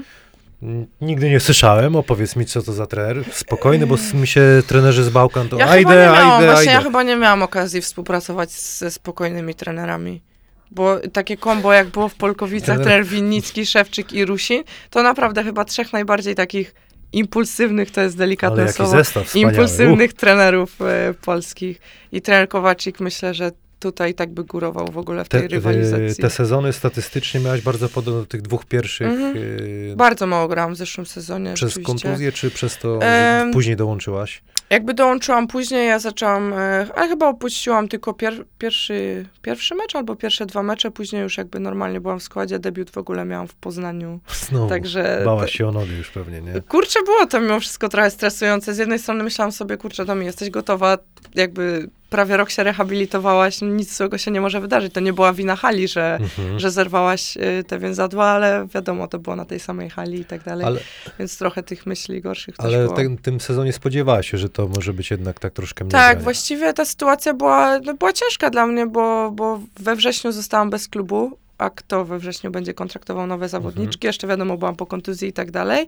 Speaker 1: Nigdy nie słyszałem. Opowiedz mi, co to za trener. Spokojny, bo mi się trenerzy z Bałkan to
Speaker 2: ja chyba nie miałam okazji współpracować ze spokojnymi trenerami. Bo takie kombo, jak było w Polkowicach, trener Winnicki, Szewczyk i Rusin, to naprawdę chyba trzech najbardziej takich impulsywnych, to jest delikatne słowo, impulsywnych trenerów polskich. I trener Kowacik, myślę, że tutaj tak by górował w ogóle w tej rywalizacji.
Speaker 1: Te sezony statystycznie miałaś bardzo podobne do tych dwóch pierwszych.
Speaker 2: Bardzo mało grałam w zeszłym sezonie.
Speaker 1: Przez kontuzję, czy przez to, że później dołączyłaś?
Speaker 2: Jakby dołączyłam później, ja zaczęłam, ale chyba opuściłam tylko pierwszy mecz albo pierwsze 2 mecze, później już jakby normalnie byłam w składzie, debiut w ogóle miałam w Poznaniu.
Speaker 1: Znowu, także bałaś się o nogi już pewnie, nie?
Speaker 2: Kurczę, było to mimo wszystko trochę stresujące. Z jednej strony myślałam sobie, kurczę, Tomi, jesteś gotowa, jakby prawie rok się rehabilitowałaś, nic złego się nie może wydarzyć. To nie była wina hali, że zerwałaś te więzadła, ale wiadomo, to było na tej samej hali i tak dalej, więc trochę tych myśli gorszych też było.
Speaker 1: Ale w tym sezonie spodziewałaś się, że to może być jednak tak troszkę mniej
Speaker 2: Tak, właściwie ta sytuacja była ciężka dla mnie, bo we wrześniu zostałam bez klubu, a kto we wrześniu będzie kontraktował nowe zawodniczki, jeszcze wiadomo, byłam po kontuzji i tak dalej.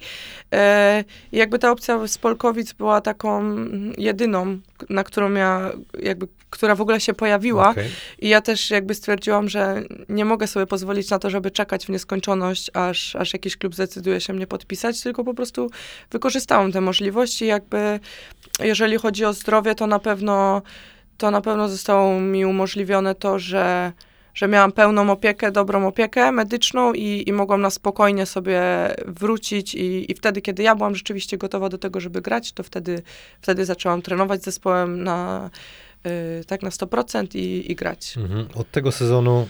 Speaker 2: I jakby ta opcja z Polkowic była taką jedyną, na którą która w ogóle się pojawiła. I ja też jakby stwierdziłam, że nie mogę sobie pozwolić na to, żeby czekać w nieskończoność, aż jakiś klub zdecyduje się mnie podpisać, tylko po prostu wykorzystałam te możliwości. Jakby jeżeli chodzi o zdrowie, to na pewno zostało mi umożliwione to, że że miałam pełną opiekę, dobrą opiekę medyczną i mogłam na spokojnie sobie wrócić i wtedy, kiedy ja byłam rzeczywiście gotowa do tego, żeby grać, to wtedy zaczęłam trenować z zespołem tak na 100% i grać.
Speaker 1: Od tego sezonu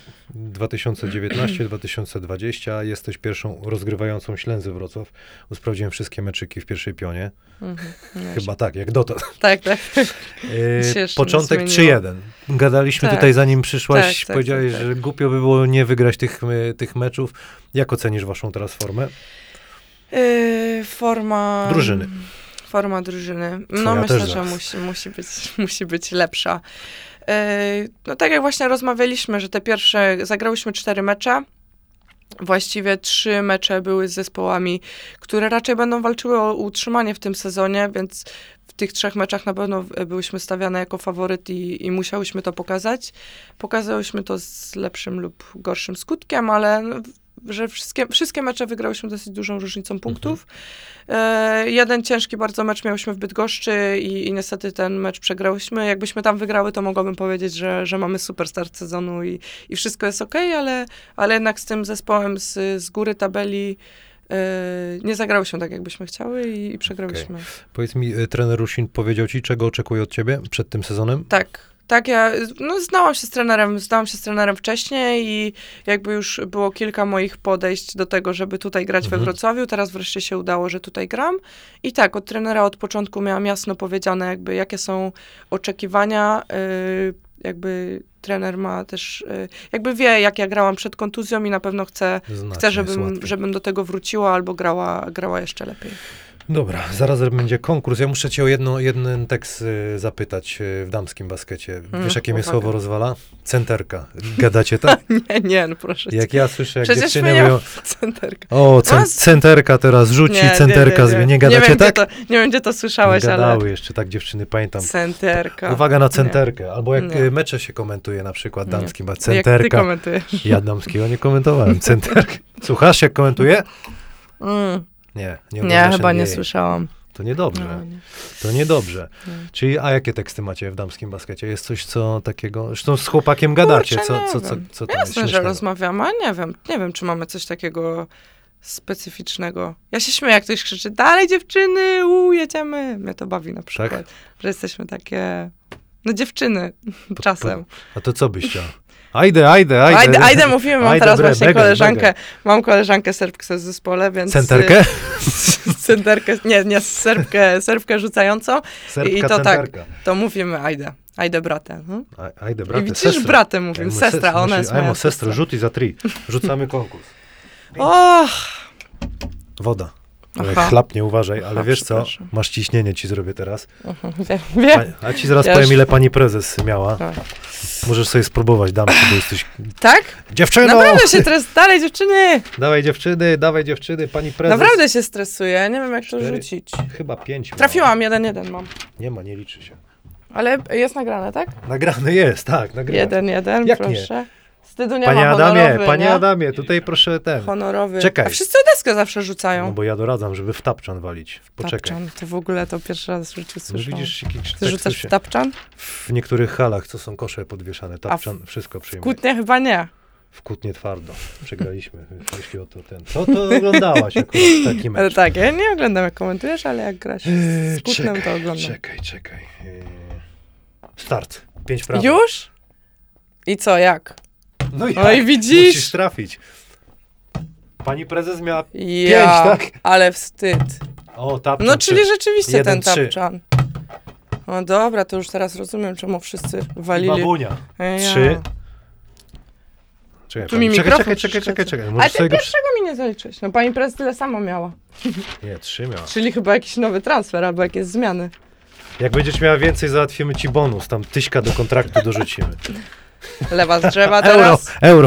Speaker 1: 2019-2020 jesteś pierwszą rozgrywającą Ślęzy Wrocław. Sprawdziłem wszystkie meczyki w pierwszej pionie. Chyba tak, jak dotąd.
Speaker 2: Tak.
Speaker 1: Początek 3-1. Gadaliśmy tutaj, zanim przyszłaś,
Speaker 2: tak,
Speaker 1: powiedziałeś, że głupio by było nie wygrać tych meczów. Jak ocenisz waszą teraz formę?
Speaker 2: Forma drużyny. No myślę, że musi być lepsza. No tak jak właśnie rozmawialiśmy, że te pierwsze, zagrałyśmy 4 mecze. Właściwie 3 mecze były z zespołami, które raczej będą walczyły o utrzymanie w tym sezonie, więc w tych 3 meczach na pewno byłyśmy stawiane jako faworyt i musiałyśmy to pokazać. Pokazałyśmy to z lepszym lub gorszym skutkiem, ale że wszystkie mecze wygrałyśmy dosyć dużą różnicą punktów. Jeden ciężki bardzo mecz miałyśmy w Bydgoszczy i niestety ten mecz przegrałyśmy. Jakbyśmy tam wygrały, to mogłabym powiedzieć, że mamy super start sezonu i wszystko jest okej, ale jednak z tym zespołem z góry tabeli nie zagrałyśmy tak, jakbyśmy chciały i przegrałyśmy.
Speaker 1: Powiedz mi, trener Rusin powiedział ci, czego oczekuje od ciebie przed tym sezonem?
Speaker 2: Tak, ja znałam się z trenerem wcześniej i jakby już było kilka moich podejść do tego, żeby tutaj grać we Wrocławiu. Teraz wreszcie się udało, że tutaj gram. I tak, od trenera od początku miałam jasno powiedziane, jakby jakie są oczekiwania. Jakby trener ma też, jakby wie, jak ja grałam przed kontuzją i na pewno chce żebym do tego wróciła albo grała jeszcze lepiej.
Speaker 1: Dobra, zaraz będzie konkurs. Ja muszę cię o jeden tekst zapytać w damskim baskecie. Wiesz, jakie mnie słowo rozwala? Centerka. Gadacie tak?
Speaker 2: nie, no proszę cię.
Speaker 1: Jak ja słyszę, jak
Speaker 2: przecież
Speaker 1: dziewczyny mówią...
Speaker 2: Centerka.
Speaker 1: O, centerka teraz rzuci, centerka nie gadacie tak?
Speaker 2: Nie wiem, gdzie to słyszałeś, ale...
Speaker 1: Gadały jeszcze tak dziewczyny, pamiętam.
Speaker 2: Centerka.
Speaker 1: Uwaga na centerkę. Albo jak mecze się komentuje, na przykład damskim, centerka.
Speaker 2: Jak ty komentujesz?
Speaker 1: Ja damskiego nie komentowałem. Centerka. Słuchasz, jak komentuję?
Speaker 2: Nie, chyba nie słyszałam.
Speaker 1: To niedobrze.
Speaker 2: No, nie.
Speaker 1: To niedobrze. Czyli, a jakie teksty macie w damskim baskecie? Jest coś, co takiego... Zresztą z chłopakiem gadacie. Co tam
Speaker 2: Jasne, że rozmawiamy, a nie wiem, czy mamy coś takiego specyficznego. Ja się śmieję, jak ktoś krzyczy, dalej dziewczyny, jedziemy. Mnie to bawi na przykład, że jesteśmy takie, no dziewczyny czasem.
Speaker 1: A to co byś chciał? Ajde,
Speaker 2: mówimy, mam teraz właśnie koleżankę, mam koleżankę Serbkę z zespole, więc...
Speaker 1: Centerkę?
Speaker 2: Centerkę, nie, Serbkę rzucającą.
Speaker 1: Serbka,
Speaker 2: i to
Speaker 1: centerka.
Speaker 2: Tak, to mówimy ajde brate.
Speaker 1: Ajde brate,
Speaker 2: i widzisz, bratem mówimy, sestra, ona jest moja
Speaker 1: sestra. Rzuti za 3. Rzucamy konkurs. Woda. Chlap, nie uważaj, ale wiesz co? Masz ciśnienie, ci zrobię teraz.
Speaker 2: Wiem.
Speaker 1: A ci zaraz powiem, ile pani prezes miała. Możesz sobie spróbować, dam ci, bo jesteś...
Speaker 2: Tak?
Speaker 1: Dziewczyno!
Speaker 2: Naprawdę się dalej dziewczyny!
Speaker 1: Dawaj dziewczyny, pani prezes.
Speaker 2: Naprawdę się stresuję, nie wiem jak 4, to rzucić.
Speaker 1: Chyba 5.
Speaker 2: Trafiłam, 1-1 mam.
Speaker 1: Nie liczy się.
Speaker 2: Ale jest nagrane, tak?
Speaker 1: Nagrane jest, tak.
Speaker 2: 1-1,
Speaker 1: jak
Speaker 2: proszę. Nie? Wstydu nie
Speaker 1: Panie
Speaker 2: ma,
Speaker 1: Adamie, panie Adamie, tutaj proszę ten.
Speaker 2: Honorowy.
Speaker 1: Czekaj.
Speaker 2: A wszyscy o deskę zawsze rzucają.
Speaker 1: No bo ja doradzam, żeby w tapczan walić. Poczekaj.
Speaker 2: Tapczan, to w ogóle to pierwszy raz w życiu słyszałam.
Speaker 1: No widzisz,
Speaker 2: Ty rzucasz w tapczan?
Speaker 1: W niektórych halach, co są kosze podwieszane, tapczan wszystko przyjmuje.
Speaker 2: W Kutnie chyba nie.
Speaker 1: W Kutnie twardo. Przegraliśmy, jeśli o to ten. Co to oglądałaś akurat taki mecz?
Speaker 2: Ale tak, ja nie oglądam jak komentujesz, ale jak grasz z Kutnem, to oglądam.
Speaker 1: Czekaj. Start. 5 prawo.
Speaker 2: Już? I co, jak?
Speaker 1: No
Speaker 2: i widzisz?
Speaker 1: Musisz trafić. Pani prezes miała 5, tak?
Speaker 2: Ale wstyd.
Speaker 1: O, tapczan.
Speaker 2: No, czyli rzeczywiście
Speaker 1: 1,
Speaker 2: ten tapczan. No dobra, to już teraz rozumiem, czemu wszyscy walili.
Speaker 1: I babunia. 3. Czekaj.
Speaker 2: Ale ty pierwszego mi nie zaliczyłeś. No pani prezes tyle samo miała.
Speaker 1: Nie, 3 miała.
Speaker 2: Czyli chyba jakiś nowy transfer albo jakieś zmiany.
Speaker 1: Jak będziesz miała więcej, załatwimy ci bonus. Tam 1000 do kontraktu dorzucimy.
Speaker 2: Lewa z drzewa teraz.
Speaker 1: Euro.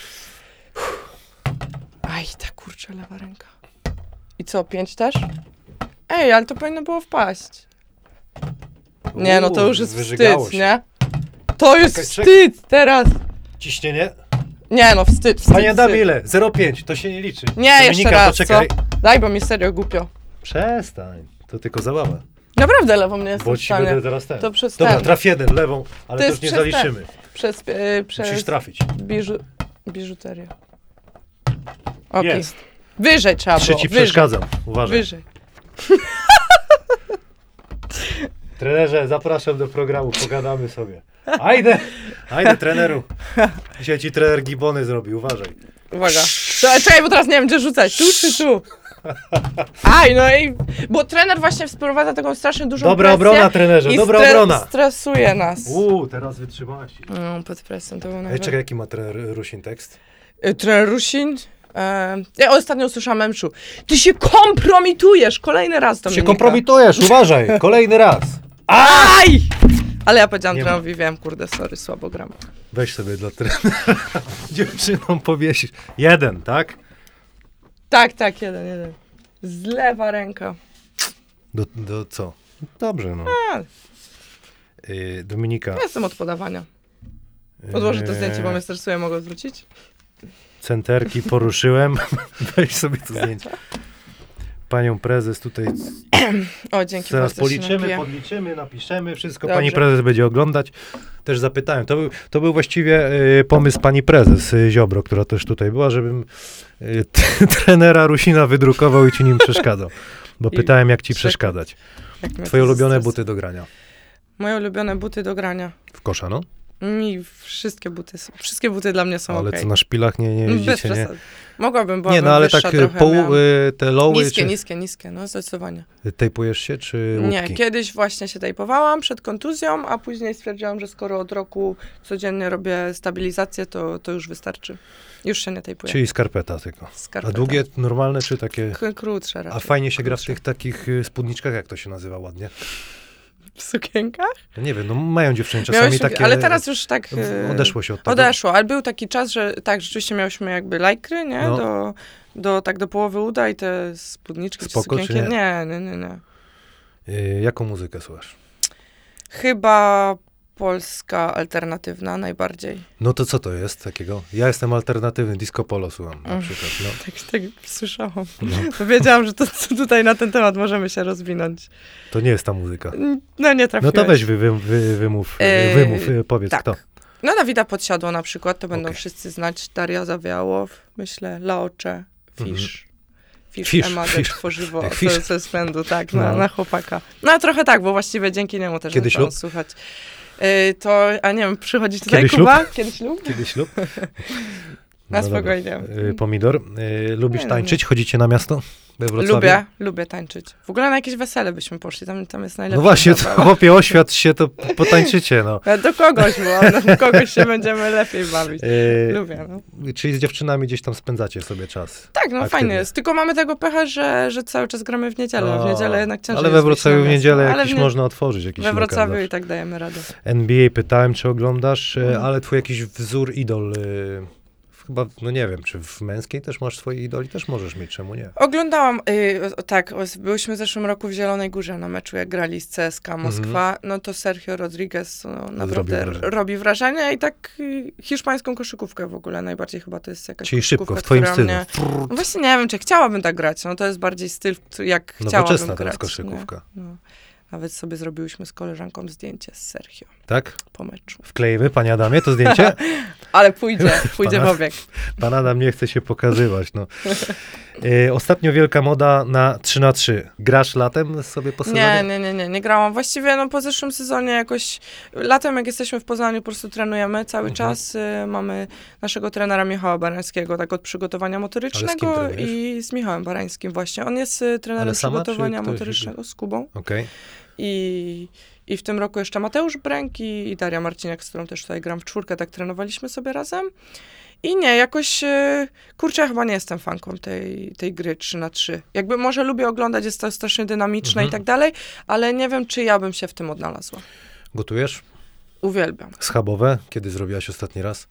Speaker 2: Aj, ta kurczę, lewa ręka. I co, 5 też? Ej, ale to powinno było wpaść. Nie, no to już jest wstyd, nie? To jest wstyd teraz.
Speaker 1: Ciśnienie?
Speaker 2: Nie, no wstyd.
Speaker 1: Panie Damile, 0,5, to się nie liczy.
Speaker 2: Nie, jeszcze raz,
Speaker 1: poczekaj.
Speaker 2: Co? Daj, bo mi serio głupio.
Speaker 1: Przestań, to tylko zabawa.
Speaker 2: Naprawdę lewą nie jestem
Speaker 1: Bo
Speaker 2: w
Speaker 1: ci
Speaker 2: stanie.
Speaker 1: będę teraz ten.
Speaker 2: To przestań.
Speaker 1: Dobra, traf 1 lewą, ale to już nie zaliczymy.
Speaker 2: Przez
Speaker 1: Musisz trafić.
Speaker 2: biżuterię. Okej.
Speaker 1: Jest.
Speaker 2: Wyżej trzeba
Speaker 1: 3
Speaker 2: było.
Speaker 1: ci
Speaker 2: Wyżej.
Speaker 1: przeszkadzam. Uważaj.
Speaker 2: Wyżej.
Speaker 1: Trenerze, zapraszam do programu, pogadamy sobie. Ajde treneru. Dzisiaj ci trener gibony zrobi, uważaj.
Speaker 2: Uwaga. Czekaj, bo teraz nie wiem, gdzie rzucać. Tu czy tu? Aj, no i... Bo trener właśnie wprowadza taką strasznie dużą
Speaker 1: Dobra
Speaker 2: presję.
Speaker 1: obrona, trenerze,
Speaker 2: I
Speaker 1: dobra obrona.
Speaker 2: stresuje nas.
Speaker 1: Teraz wytrzymałaś.
Speaker 2: No, pod presją to było
Speaker 1: Ej,
Speaker 2: najlepsze.
Speaker 1: czekaj, jaki ma trener Rusin tekst?
Speaker 2: Trener Rusin? Ja ostatnio usłyszałam Memczu. Ty się kompromitujesz! Kolejny raz to
Speaker 1: Się kompromitujesz, uważaj, kolejny raz.
Speaker 2: Aj! Ale ja powiedziałam
Speaker 1: Nie ma.
Speaker 2: trenerowi, wiem, kurde, sorry, słabo gram.
Speaker 1: Weź sobie dla trenera dziewczyną powiesić. 1, tak?
Speaker 2: Tak, jeden. Z lewa ręka.
Speaker 1: Do co? Dobrze, no.
Speaker 2: A,
Speaker 1: Dominika.
Speaker 2: ja jestem od podawania. Odłożę to zdjęcie, bo mnie stresuje, mogę odwrócić?
Speaker 1: Centerki poruszyłem. Weź sobie to zdjęcie. Panią prezes tutaj
Speaker 2: O, dzięki
Speaker 1: zaraz
Speaker 2: bardzo, się
Speaker 1: policzymy,
Speaker 2: napiję.
Speaker 1: podliczymy, napiszemy, wszystko
Speaker 2: Dobrze.
Speaker 1: pani prezes będzie oglądać. Też zapytałem, to był właściwie pomysł pani prezes Ziobro, która też tutaj była, żebym trenera Rusina wydrukował i ci nim przeszkadzał. Bo
Speaker 2: I
Speaker 1: pytałem, jak ci
Speaker 2: przekaz.
Speaker 1: przeszkadzać.
Speaker 2: Jak mnie
Speaker 1: Twoje
Speaker 2: to
Speaker 1: ulubione
Speaker 2: stres-
Speaker 1: buty do grania?
Speaker 2: Moje ulubione buty do grania.
Speaker 1: W kosza, no?
Speaker 2: Mi wszystkie buty dla mnie są
Speaker 1: Ale
Speaker 2: okej.
Speaker 1: co, na szpilach nie
Speaker 2: Bez
Speaker 1: jeździcie, nie?
Speaker 2: przesady. Mogłabym,
Speaker 1: Nie, no ale
Speaker 2: wyższa
Speaker 1: tak
Speaker 2: trochę,
Speaker 1: poły, te loły,
Speaker 2: Niskie, no zdecydowanie.
Speaker 1: czy tejpujesz się, czy łupki?
Speaker 2: Nie, kiedyś właśnie się tejpowałam przed kontuzją, a później stwierdziłam, że skoro od roku codziennie robię stabilizację, to już wystarczy. Już się nie tejpuję.
Speaker 1: Czyli skarpeta tylko.
Speaker 2: Skarpeta.
Speaker 1: A długie, normalne, czy takie...
Speaker 2: Krótsze
Speaker 1: A
Speaker 2: raczej.
Speaker 1: fajnie się gra w
Speaker 2: Krótsze.
Speaker 1: tych takich spódniczkach, jak to się nazywa ładnie?
Speaker 2: W sukienkach?
Speaker 1: No nie wiem, no mają dziewczyny czasami
Speaker 2: Miałyśmy,
Speaker 1: takie...
Speaker 2: ale teraz już tak...
Speaker 1: Odeszło się od tego.
Speaker 2: Odeszło, ale był taki czas, że tak, rzeczywiście miałyśmy jakby lajkry, nie?
Speaker 1: No.
Speaker 2: Do połowy uda i te spódniczki
Speaker 1: Spoko,
Speaker 2: czy
Speaker 1: czy
Speaker 2: sukienki.
Speaker 1: nie?
Speaker 2: Nie.
Speaker 1: Jaką muzykę słuchasz?
Speaker 2: Chyba polska alternatywna najbardziej.
Speaker 1: No to co to jest takiego? Ja jestem alternatywny, disco polo słucham na
Speaker 2: Mm.
Speaker 1: przykład. No.
Speaker 2: Tak słyszałam.
Speaker 1: No.
Speaker 2: Wiedziałam, że to tutaj na ten temat możemy się rozwinąć.
Speaker 1: To nie jest ta muzyka.
Speaker 2: No nie
Speaker 1: No
Speaker 2: trafiłeś.
Speaker 1: to weź wymów, powiedz
Speaker 2: tak.
Speaker 1: kto.
Speaker 2: No Dawida Podsiadło na przykład, to będą
Speaker 1: Okej.
Speaker 2: wszyscy znać. Daria Zawiałow, myślę, Laocze, Fish.
Speaker 1: Fish,
Speaker 2: Ema
Speaker 1: Fish.
Speaker 2: Tworzywo,
Speaker 1: Jak Fish.
Speaker 2: ze względu, tak,
Speaker 1: No.
Speaker 2: na chłopaka. No trochę tak, bo właściwie dzięki niemu też
Speaker 1: Kiedy
Speaker 2: zaczęłam
Speaker 1: ślub?
Speaker 2: słuchać. A nie wiem, przychodzi tutaj
Speaker 1: Kiedy
Speaker 2: Kuba? Kiedy ślub?
Speaker 1: Kiedy ślub?
Speaker 2: Na
Speaker 1: dobra.
Speaker 2: spokojnie.
Speaker 1: Pomidor. Lubisz
Speaker 2: Nie,
Speaker 1: tańczyć? Chodzicie na miasto we Wrocławiu?
Speaker 2: Lubię tańczyć. W ogóle na jakieś wesele byśmy poszli, tam jest najlepsze.
Speaker 1: No właśnie, to, chłopie, oświadcz się, to potańczycie, no.
Speaker 2: Do kogoś, bo do kogoś się będziemy lepiej bawić. Lubię, no.
Speaker 1: Czyli z dziewczynami gdzieś tam spędzacie sobie czas.
Speaker 2: Tak, no
Speaker 1: Aktywnie.
Speaker 2: fajnie jest. Tylko mamy tego pecha, że cały czas gramy w niedzielę. W niedzielę jednak ciężej
Speaker 1: Ale we
Speaker 2: jest wyjść
Speaker 1: Wrocławiu
Speaker 2: na
Speaker 1: w
Speaker 2: miasto.
Speaker 1: niedzielę
Speaker 2: Ale
Speaker 1: jakiś można otworzyć. Jakiś
Speaker 2: we
Speaker 1: lokal
Speaker 2: Wrocławiu
Speaker 1: zawsze.
Speaker 2: i tak dajemy radę.
Speaker 1: NBA pytałem, czy oglądasz, ale twój jakiś wzór, idol, chyba, no nie wiem, czy w męskiej też masz swoje idoli? Też możesz mieć, czemu nie?
Speaker 2: Oglądałam, tak, byłyśmy w zeszłym roku w Zielonej Górze na meczu, jak grali z CSKA Moskwa, no to Sergio Rodriguez naprawdę
Speaker 1: wrażenie.
Speaker 2: robi wrażenie i tak hiszpańską koszykówkę w ogóle najbardziej chyba to jest jakaś
Speaker 1: Czyli szybko,
Speaker 2: koszykówka,
Speaker 1: w twoim
Speaker 2: która
Speaker 1: stylu.
Speaker 2: mnie- No właśnie nie wiem, czy chciałabym tak grać, no to jest bardziej styl, jak chciałabym
Speaker 1: Nowoczesna
Speaker 2: grać.
Speaker 1: teraz koszykówka.
Speaker 2: Nie? No. Nawet sobie zrobiłyśmy z koleżanką zdjęcie z Sergio
Speaker 1: Tak?
Speaker 2: po meczu.
Speaker 1: Wklejmy, panie Adamie, to zdjęcie?
Speaker 2: Ale pójdzie w obieg.
Speaker 1: Pan Adam nie chce się pokazywać, no. Ostatnio wielka moda na 3x3. Grasz latem sobie po sezonie?
Speaker 2: Nie grałam. Właściwie no po zeszłym sezonie jakoś, latem jak jesteśmy w Poznaniu, po prostu trenujemy cały czas. Mamy naszego trenera Michała Barańskiego, tak od przygotowania motorycznego
Speaker 1: trenujesz?
Speaker 2: i z Michałem Barańskim właśnie. On jest trenerem
Speaker 1: Ale sama,
Speaker 2: przygotowania
Speaker 1: czy ktoś
Speaker 2: motorycznego z Kubą.
Speaker 1: Okej.
Speaker 2: I w tym roku jeszcze Mateusz Bręk i Daria Marciniak, z którą też tutaj gram w czwórkę, tak trenowaliśmy sobie razem. I nie, jakoś, kurczę, ja chyba nie jestem fanką tej gry 3x3. Jakby może lubię oglądać, jest to strasznie dynamiczne i tak dalej, ale nie wiem, czy ja bym się w tym odnalazła.
Speaker 1: Gotujesz?
Speaker 2: Uwielbiam.
Speaker 1: Schabowe? Kiedy zrobiłaś ostatni raz?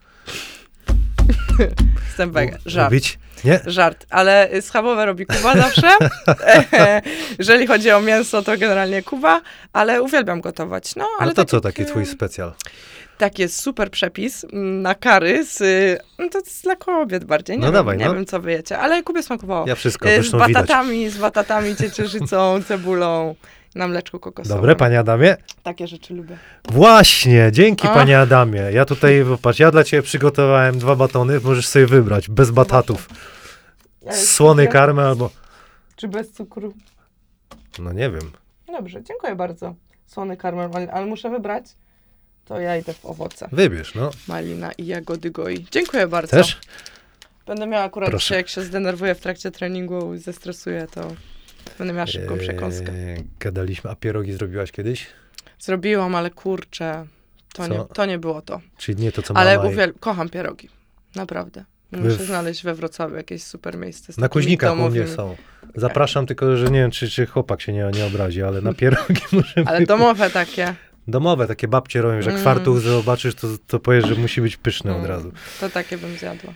Speaker 2: Jestem wege. Żart.
Speaker 1: Lubić? Nie?
Speaker 2: Żart, ale schabowe robi Kuba zawsze. Jeżeli chodzi o mięso, to generalnie Kuba, ale uwielbiam gotować. No, ale
Speaker 1: Ale to
Speaker 2: tak
Speaker 1: co
Speaker 2: jak,
Speaker 1: taki twój specjal?
Speaker 2: Tak, jest super przepis na kary no to jest dla kobiet bardziej, nie
Speaker 1: No
Speaker 2: wiem,
Speaker 1: dawaj,
Speaker 2: nie
Speaker 1: no.
Speaker 2: wiem, co wyjecie, ale Kubie smakowało.
Speaker 1: Ja wszystko,
Speaker 2: Z
Speaker 1: zresztą widać.
Speaker 2: batatami, ciecierzycą, cebulą na mleczku kokosowym.
Speaker 1: Dobre, panie Adamie?
Speaker 2: Takie rzeczy lubię.
Speaker 1: Właśnie, dzięki
Speaker 2: A.
Speaker 1: panie Adamie. Ja tutaj, popatrz, ja dla ciebie przygotowałem 2 batony, możesz sobie wybrać, bez batatów. Słony karmy albo...
Speaker 2: Czy bez cukru?
Speaker 1: No nie wiem.
Speaker 2: Dobrze, dziękuję bardzo. Słony karmel, ale muszę wybrać. To ja idę w owoce.
Speaker 1: Wybierz, no.
Speaker 2: Malina i jagody goi. Dziękuję bardzo.
Speaker 1: Też?
Speaker 2: Będę miała akurat
Speaker 1: Proszę.
Speaker 2: dzisiaj, jak się zdenerwuję w trakcie treningu i zestresuję, to będę miała szybką przekąskę.
Speaker 1: Gadaliśmy, a pierogi zrobiłaś kiedyś?
Speaker 2: Zrobiłam, ale kurczę, to nie było to.
Speaker 1: Czyli nie to, co
Speaker 2: Ale
Speaker 1: mama...
Speaker 2: kocham pierogi. Naprawdę. Muszę znaleźć we Wrocławiu jakieś super miejsce. z
Speaker 1: Na
Speaker 2: takimi
Speaker 1: Kuźnikach u mnie
Speaker 2: domowymi.
Speaker 1: są. Zapraszam, tylko że nie wiem, czy chłopak się nie obrazi, ale na pierogi możemy...
Speaker 2: Ale domowe takie.
Speaker 1: Domowe, takie babcie robią, że jak fartuch zobaczysz, to powiesz, że musi być pyszny od razu.
Speaker 2: To takie bym zjadła.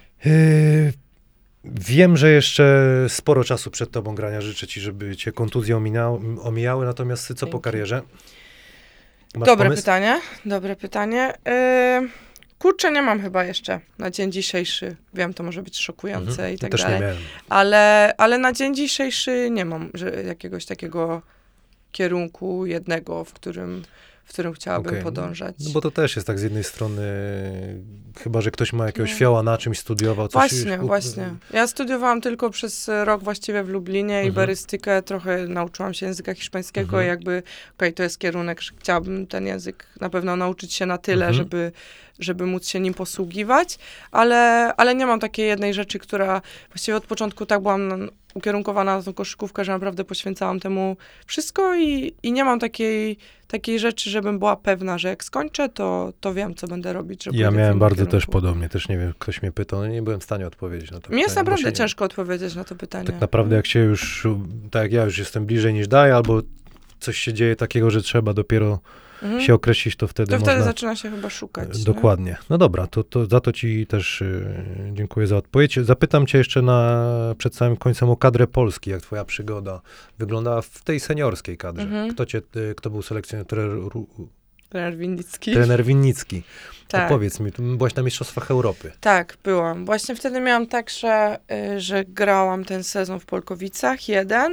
Speaker 1: Wiem, że jeszcze sporo czasu przed tobą grania. Życzę ci, żeby cię kontuzje omijały, natomiast co po
Speaker 2: Dzięki.
Speaker 1: karierze? Masz
Speaker 2: Dobre
Speaker 1: pomysł?
Speaker 2: pytanie. Kurczę, nie mam chyba jeszcze na dzień dzisiejszy. Wiem, to może być szokujące i tak
Speaker 1: Też
Speaker 2: dalej.
Speaker 1: nie miałem.
Speaker 2: Ale na dzień dzisiejszy nie mam jakiegoś takiego kierunku jednego, w którym chciałabym
Speaker 1: Okej.
Speaker 2: podążać.
Speaker 1: No bo to też jest tak z jednej strony, chyba, że ktoś ma jakiegoś fioła na czymś, studiował coś.
Speaker 2: Właśnie. Ja studiowałam tylko przez rok właściwie w Lublinie i barystykę, trochę nauczyłam się języka hiszpańskiego i jakby, to jest kierunek, że chciałabym ten język na pewno nauczyć się na tyle, żeby móc się nim posługiwać, ale nie mam takiej jednej rzeczy, która właściwie od początku tak byłam ukierunkowana na tą koszykówkę, że naprawdę poświęcałam temu wszystko i nie mam takiej rzeczy, żebym była pewna, że jak skończę, to wiem, co będę robić. Że
Speaker 1: Ja
Speaker 2: pójdę w
Speaker 1: miałem
Speaker 2: innym
Speaker 1: bardzo
Speaker 2: kierunku.
Speaker 1: też podobnie, też nie wiem, ktoś mnie pytał, no nie byłem w stanie odpowiedzieć na to
Speaker 2: Mi jest
Speaker 1: pytanie, bo
Speaker 2: naprawdę
Speaker 1: się
Speaker 2: ciężko odpowiedzieć na to pytanie.
Speaker 1: Tak naprawdę jak się już, tak jak ja już jestem bliżej niż daję, albo coś się dzieje takiego, że trzeba dopiero się określić, to wtedy
Speaker 2: To
Speaker 1: można...
Speaker 2: wtedy zaczyna się chyba szukać.
Speaker 1: Dokładnie. No dobra, to za to ci też dziękuję za odpowiedź. Zapytam cię jeszcze przed samym końcem o kadrę Polski, jak twoja przygoda wyglądała w tej seniorskiej kadrze. Kto był selekcjonerem?
Speaker 2: Trener Winnicki.
Speaker 1: Trener Winnicki.
Speaker 2: Tak.
Speaker 1: Opowiedz mi, byłaś na Mistrzostwach Europy.
Speaker 2: Tak, byłam. Właśnie wtedy miałam tak, że grałam ten sezon w Polkowicach, jeden.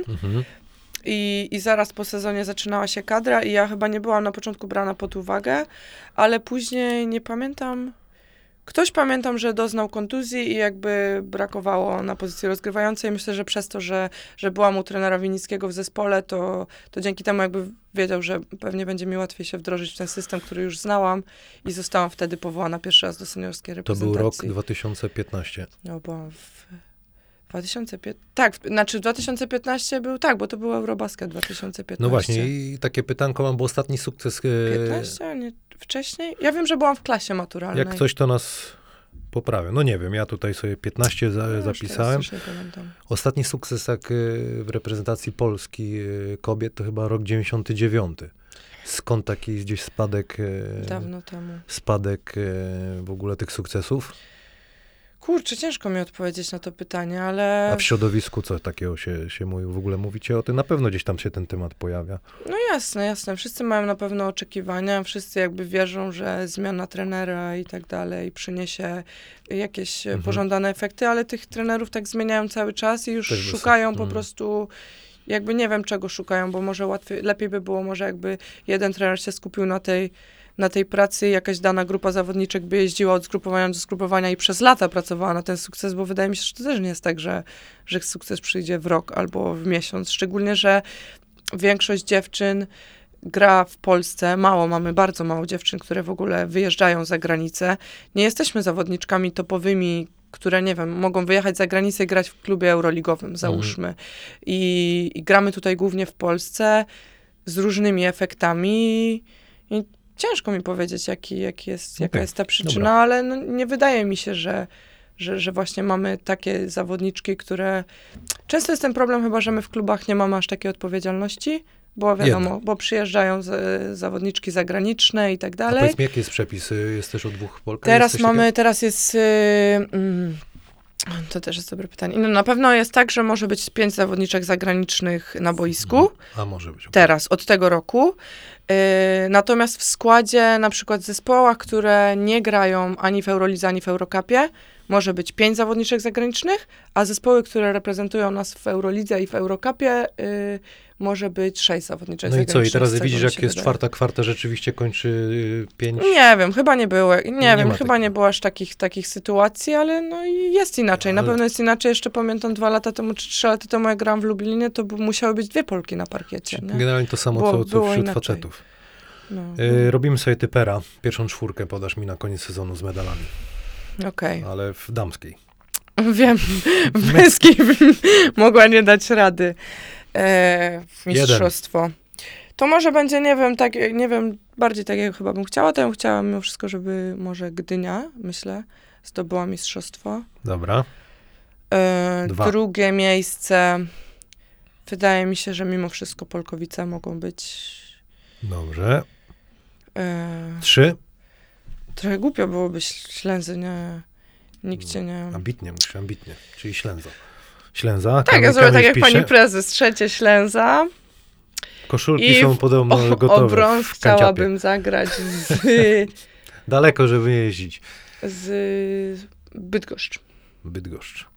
Speaker 2: I zaraz po sezonie zaczynała się kadra i ja chyba nie byłam na początku brana pod uwagę, ale później nie pamiętam. Pamiętam, że doznał kontuzji i jakby brakowało na pozycji rozgrywającej. Myślę, że przez to, że byłam u trenera Winnickiego w zespole, to dzięki temu jakby wiedział, że pewnie będzie mi łatwiej się wdrożyć w ten system, który już znałam i zostałam wtedy powołana pierwszy raz do seniorskiej
Speaker 1: To
Speaker 2: reprezentacji.
Speaker 1: był rok 2015.
Speaker 2: No, byłam w 2015. Tak, znaczy 2015 był, tak, bo to był Eurobasket 2015.
Speaker 1: No właśnie, i takie pytanko mam, bo ostatni sukces...
Speaker 2: 15, a nie wcześniej? Ja wiem, że byłam w klasie maturalnej.
Speaker 1: Jak ktoś to nas poprawia. No nie wiem, ja tutaj sobie 15 zapisałem.
Speaker 2: Już nie pamiętam.
Speaker 1: Ostatni sukces tak w reprezentacji Polski kobiet to chyba rok 99. Skąd taki gdzieś spadek?
Speaker 2: Dawno temu.
Speaker 1: Spadek w ogóle tych sukcesów?
Speaker 2: Kurczę, ciężko mi odpowiedzieć na to pytanie, ale...
Speaker 1: A w środowisku co takiego się mówi? W ogóle mówicie o tym? Na pewno gdzieś tam się ten temat pojawia.
Speaker 2: No jasne. Wszyscy mają na pewno oczekiwania, wszyscy jakby wierzą, że zmiana trenera i tak dalej przyniesie jakieś pożądane efekty, ale tych trenerów tak zmieniają cały czas i już
Speaker 1: Też
Speaker 2: szukają po prostu... Jakby nie wiem, czego szukają, bo może lepiej by było może jakby jeden trener się skupił na tej pracy, jakaś dana grupa zawodniczek by jeździła od zgrupowania do zgrupowania i przez lata pracowała na ten sukces, bo wydaje mi się, że to też nie jest tak, że sukces przyjdzie w rok albo w miesiąc. Szczególnie, że większość dziewczyn gra w Polsce. Mamy bardzo mało dziewczyn, które w ogóle wyjeżdżają za granicę. Nie jesteśmy zawodniczkami topowymi, które, nie wiem, mogą wyjechać za granicę i grać w klubie euroligowym, załóżmy. I gramy tutaj głównie w Polsce z różnymi efektami i ciężko mi powiedzieć, jaka jest ta przyczyna,
Speaker 1: dobra.
Speaker 2: ale no, nie wydaje mi się, że właśnie mamy takie zawodniczki, które... Często jest ten problem chyba, że my w klubach nie mamy aż takiej odpowiedzialności, bo wiadomo, bo przyjeżdżają zawodniczki zagraniczne i tak
Speaker 1: A
Speaker 2: dalej.
Speaker 1: powiedz mi, jaki jest przepis? Jest też o 2 Polkach?
Speaker 2: Teraz jest... To też jest dobre pytanie. No, na pewno jest tak, że może być 5 zawodniczek zagranicznych na boisku.
Speaker 1: A może być.
Speaker 2: Teraz, od tego roku. Natomiast w składzie, na przykład w zespołach, które nie grają ani w Eurolidze, ani w Eurocupie, może być 5 zawodniczek zagranicznych, a zespoły, które reprezentują nas w Eurolidze i w Eurocupie, może być 6 zawodniczek
Speaker 1: No i
Speaker 2: zagranicznych.
Speaker 1: co, i teraz
Speaker 2: z tego
Speaker 1: widzisz,
Speaker 2: mi
Speaker 1: jak
Speaker 2: się
Speaker 1: jest
Speaker 2: wydaje.
Speaker 1: czwarta kwarta, rzeczywiście kończy 5?
Speaker 2: Nie wiem, chyba nie było.
Speaker 1: Nie ma
Speaker 2: Chyba nie
Speaker 1: takiego.
Speaker 2: było aż takich sytuacji, ale no i jest inaczej. Na
Speaker 1: Ale-
Speaker 2: pewno jest inaczej. Jeszcze pamiętam 2 lata temu, czy 3 lata temu, jak grałam w Lublinie, to musiały być 2 Polki na parkiecie, nie?
Speaker 1: Generalnie to samo, co
Speaker 2: Było
Speaker 1: wśród
Speaker 2: inaczej.
Speaker 1: facetów.
Speaker 2: No.
Speaker 1: Robimy sobie typera. Pierwszą 4 podasz mi na koniec sezonu z medalami,
Speaker 2: Okej.
Speaker 1: ale w damskiej.
Speaker 2: Wiem, w męskiej bym mogła nie dać rady. Mistrzostwo. To może będzie, nie wiem, bardziej tak jak chyba bym chciała, to ja bym chciała mimo wszystko, żeby może Gdynia, myślę, zdobyła mistrzostwo.
Speaker 1: Dobra. 2.
Speaker 2: Drugie miejsce, wydaje mi się, że mimo wszystko Polkowice mogą być.
Speaker 1: Dobrze.
Speaker 2: E,
Speaker 1: 3.
Speaker 2: trochę głupio byłoby Ślęzy, nie. Nigdzie nie.
Speaker 1: Ambitnie, musisz ambitnie. Czyli Ślęza. Ślęza.
Speaker 2: Tak, ja zrobię tak jak
Speaker 1: pisze.
Speaker 2: pani prezes. 3 Ślęza.
Speaker 1: Koszulki
Speaker 2: I
Speaker 1: są podobno gotowe
Speaker 2: O brąz
Speaker 1: w kanciapie.
Speaker 2: chciałabym zagrać
Speaker 1: Daleko, żeby jeździć.
Speaker 2: z Bydgoszcz.
Speaker 1: Bydgoszcz.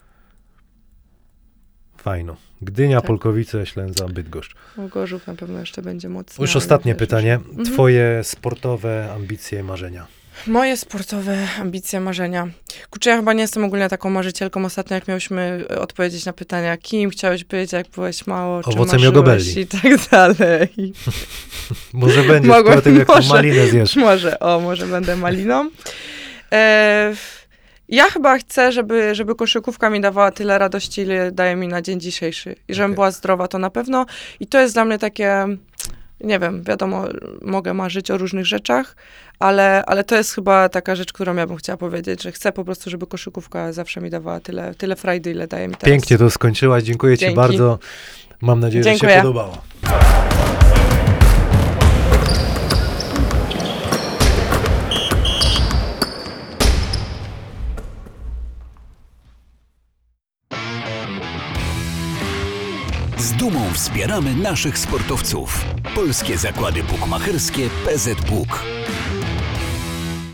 Speaker 1: Fajno. Gdynia,
Speaker 2: Tak.
Speaker 1: Polkowice, Ślęza, Bydgoszcz.
Speaker 2: Gorzów na pewno jeszcze będzie mocno.
Speaker 1: Już
Speaker 2: ale
Speaker 1: ostatnie
Speaker 2: wiesz,
Speaker 1: pytanie.
Speaker 2: już.
Speaker 1: Twoje sportowe ambicje, marzenia.
Speaker 2: Moje sportowe ambicje, marzenia. Kurczę, ja chyba nie jestem ogólnie taką marzycielką. Ostatnio jak miałyśmy odpowiedzieć na pytania, kim chciałeś być, jak byłeś mało, czy
Speaker 1: Owocem
Speaker 2: marzyłeś
Speaker 1: jogobelli.
Speaker 2: i tak dalej.
Speaker 1: Może będziesz
Speaker 2: Mogłem-
Speaker 1: po tym, jak tą
Speaker 2: może.
Speaker 1: malinę zjesz.
Speaker 2: Może będę maliną. Ja chyba chcę, żeby koszykówka mi dawała tyle radości, ile daje mi na dzień dzisiejszy. I żebym
Speaker 1: Okej.
Speaker 2: była zdrowa, to na pewno. I to jest dla mnie takie, nie wiem, wiadomo, mogę marzyć o różnych rzeczach, ale to jest chyba taka rzecz, którą ja bym chciała powiedzieć, że chcę po prostu, żeby koszykówka zawsze mi dawała tyle frajdy, ile daje mi teraz.
Speaker 1: Pięknie to skończyłaś. Dziękuję ci
Speaker 2: Dzięki.
Speaker 1: bardzo. Mam nadzieję, że
Speaker 2: Dziękuję.
Speaker 1: się podobało.
Speaker 3: Z dumą wspieramy naszych sportowców. Polskie Zakłady Bukmacherskie PZBuk.